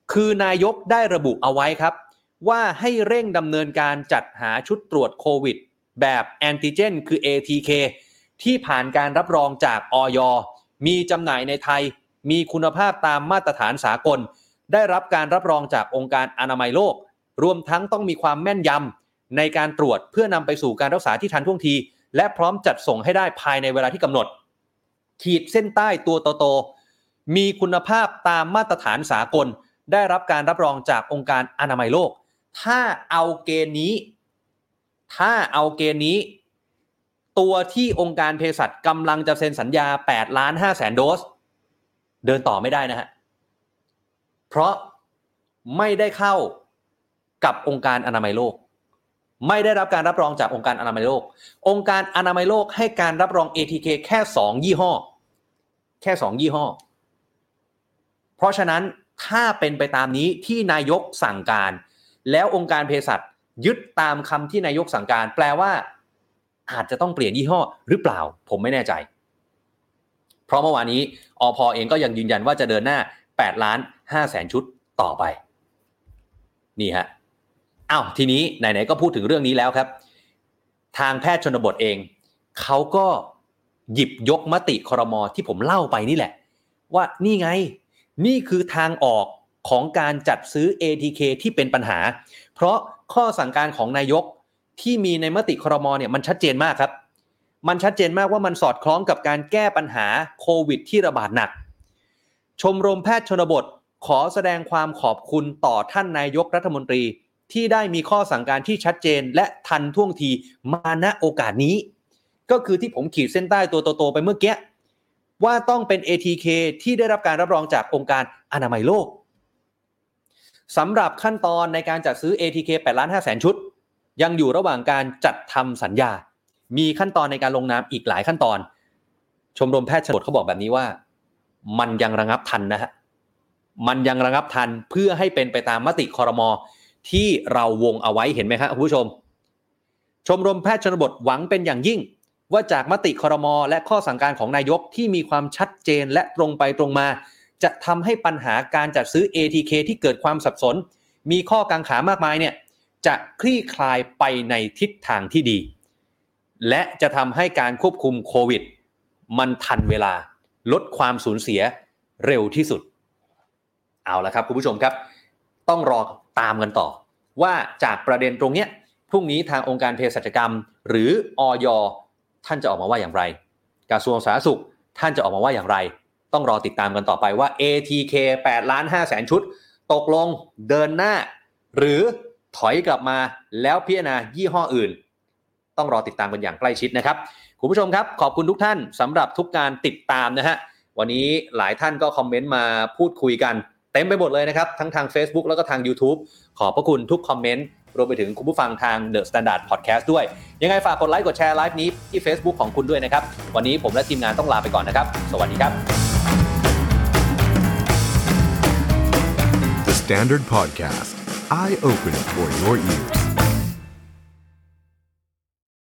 คือนายกได้ระบุเอาไว้ครับว่าให้เร่งดำเนินการจัดหาชุดตรวจโควิดแบบแอนติเจนคือ ATK ที่ผ่านการรับรองจากอย.มีจำหน่ายในไทยมีคุณภาพตามมาตรฐานสากลได้รับการรับรองจากองค์การอนามัยโลกรวมทั้งต้องมีความแม่นยำในการตรวจเพื่อนำไปสู่การรักษาที่ทันท่วงทีและพร้อมจัดส่งให้ได้ภายในเวลาที่กำหนดขีดเส้นใต้ตัวโตๆมีคุณภาพตามมาตรฐานสากลได้รับการรับรองจากองค์การอนามัยโลกถ้าเอาเกณฑ์นี้ตัวที่องค์การเภสัชกำลังจะเซ็นสัญญา 8,500,000 โดสเดินต่อไม่ได้นะฮะเพราะไม่ได้เข้ากับองค์การอนามัยโลกไม่ได้รับการรับรองจากองค์การอนามัยโลกองค์การอนามัยโลกให้การรับรอง ATK แค่2ยี่ห้อเพราะฉะนั้นถ้าเป็นไปตามนี้ที่นายกสั่งการแล้วองค์การเภสัชยึดตามคำที่นายกสั่งการแปลว่าอาจจะต้องเปลี่ยนยี่ห้อหรือเปล่าผมไม่แน่ใจเพราะเมื่อวานนี้อภ.เองก็ยังยืนยันว่าจะเดินหน้า 8,500,000 ชุดต่อไปนี่ฮะทีนี้ไหนๆก็พูดถึงเรื่องนี้แล้วครับทางแพทย์ชนบทเองเขาก็หยิบยกมติครม.ที่ผมเล่าไปนี่แหละว่านี่ไงนี่คือทางออกของการจัดซื้อ ATK ที่เป็นปัญหาเพราะข้อสั่งการของนายกที่มีในมติครม.เนี่ยมันชัดเจนมากครับมันชัดเจนมากว่ามันสอดคล้องกับการแก้ปัญหาโควิดที่ระบาดหนักชมรมแพทย์ชนบทขอแสดงความขอบคุณต่อท่านนายกรัฐมนตรีที่ได้มีข้อสั่งการที่ชัดเจนและทันท่วงทีมาณโอกาสนี้ก็คือที่ผมขีดเส้นใต้ตัวโตๆไปเมื่อกี้ว่าต้องเป็น ATK ที่ได้รับการรับรองจากองค์การอนามัยโลกสำหรับขั้นตอนในการจัดซื้อ ATK 8,500,000 ชุดยังอยู่ระหว่างการจัดทำสัญญามีขั้นตอนในการลงนามอีกหลายขั้นตอนชมรมแพทย์ชนบทเขาบอกแบบนี้ว่ามันยังระงับทันนะฮะมันยังระงับทันเพื่อให้เป็นไปตามมติครม.ที่เราวงเอาไว้เห็นไหมครับคุณผู้ชมชมรมแพทย์ชนบทหวังเป็นอย่างยิ่งว่าจากมติครม.และข้อสั่งการของนายกที่มีความชัดเจนและตรงไปตรงมาจะทำให้ปัญหาการจัดซื้อ ATK ที่เกิดความสับสนมีข้อกังขามากมายเนี่ยจะคลี่คลายไปในทิศทางที่ดีและจะทำให้การควบคุมโควิดมันทันเวลาลดความสูญเสียเร็วที่สุดเอาละครับคุณผู้ชมครับต้องรอตามกันต่อว่าจากประเด็นตรงนี้พรุ่งนี้ทางองค์การเภสัชกรรมหรืออย.ท่านจะออกมาว่าอย่างไรกระทรวงสาธารณสุขท่านจะออกมาว่าอย่างไรต้องรอติดตามกันต่อไปว่า ATK 8,500,000 ชุดตกลงเดินหน้าหรือถอยกลับมาแล้วพิจารณายี่ห้ออื่นต้องรอติดตามกันอย่างใกล้ชิดนะครับคุณผู้ชมครับขอบคุณทุกท่านสำหรับทุกการติดตามนะฮะวันนี้หลายท่านก็คอมเมนต์มาพูดคุยกันเต็มไปหมดเลยนะครับทั้งทาง Facebook แล้วก็ทาง YouTube ขอบพระคุณทุกคอมเมนต์รวมไปถึงคุณผู้ฟังทาง The Standard Podcast ด้วยยังไงฝากกดไลค์กดแชร์ไลฟ์นี้ที่ Facebook ของคุณด้วยนะครับวันนี้ผมและทีมงานต้องลาไปก่อนนะครับสวัสดีครับ The Standard Podcast Eye Opening for Your Ears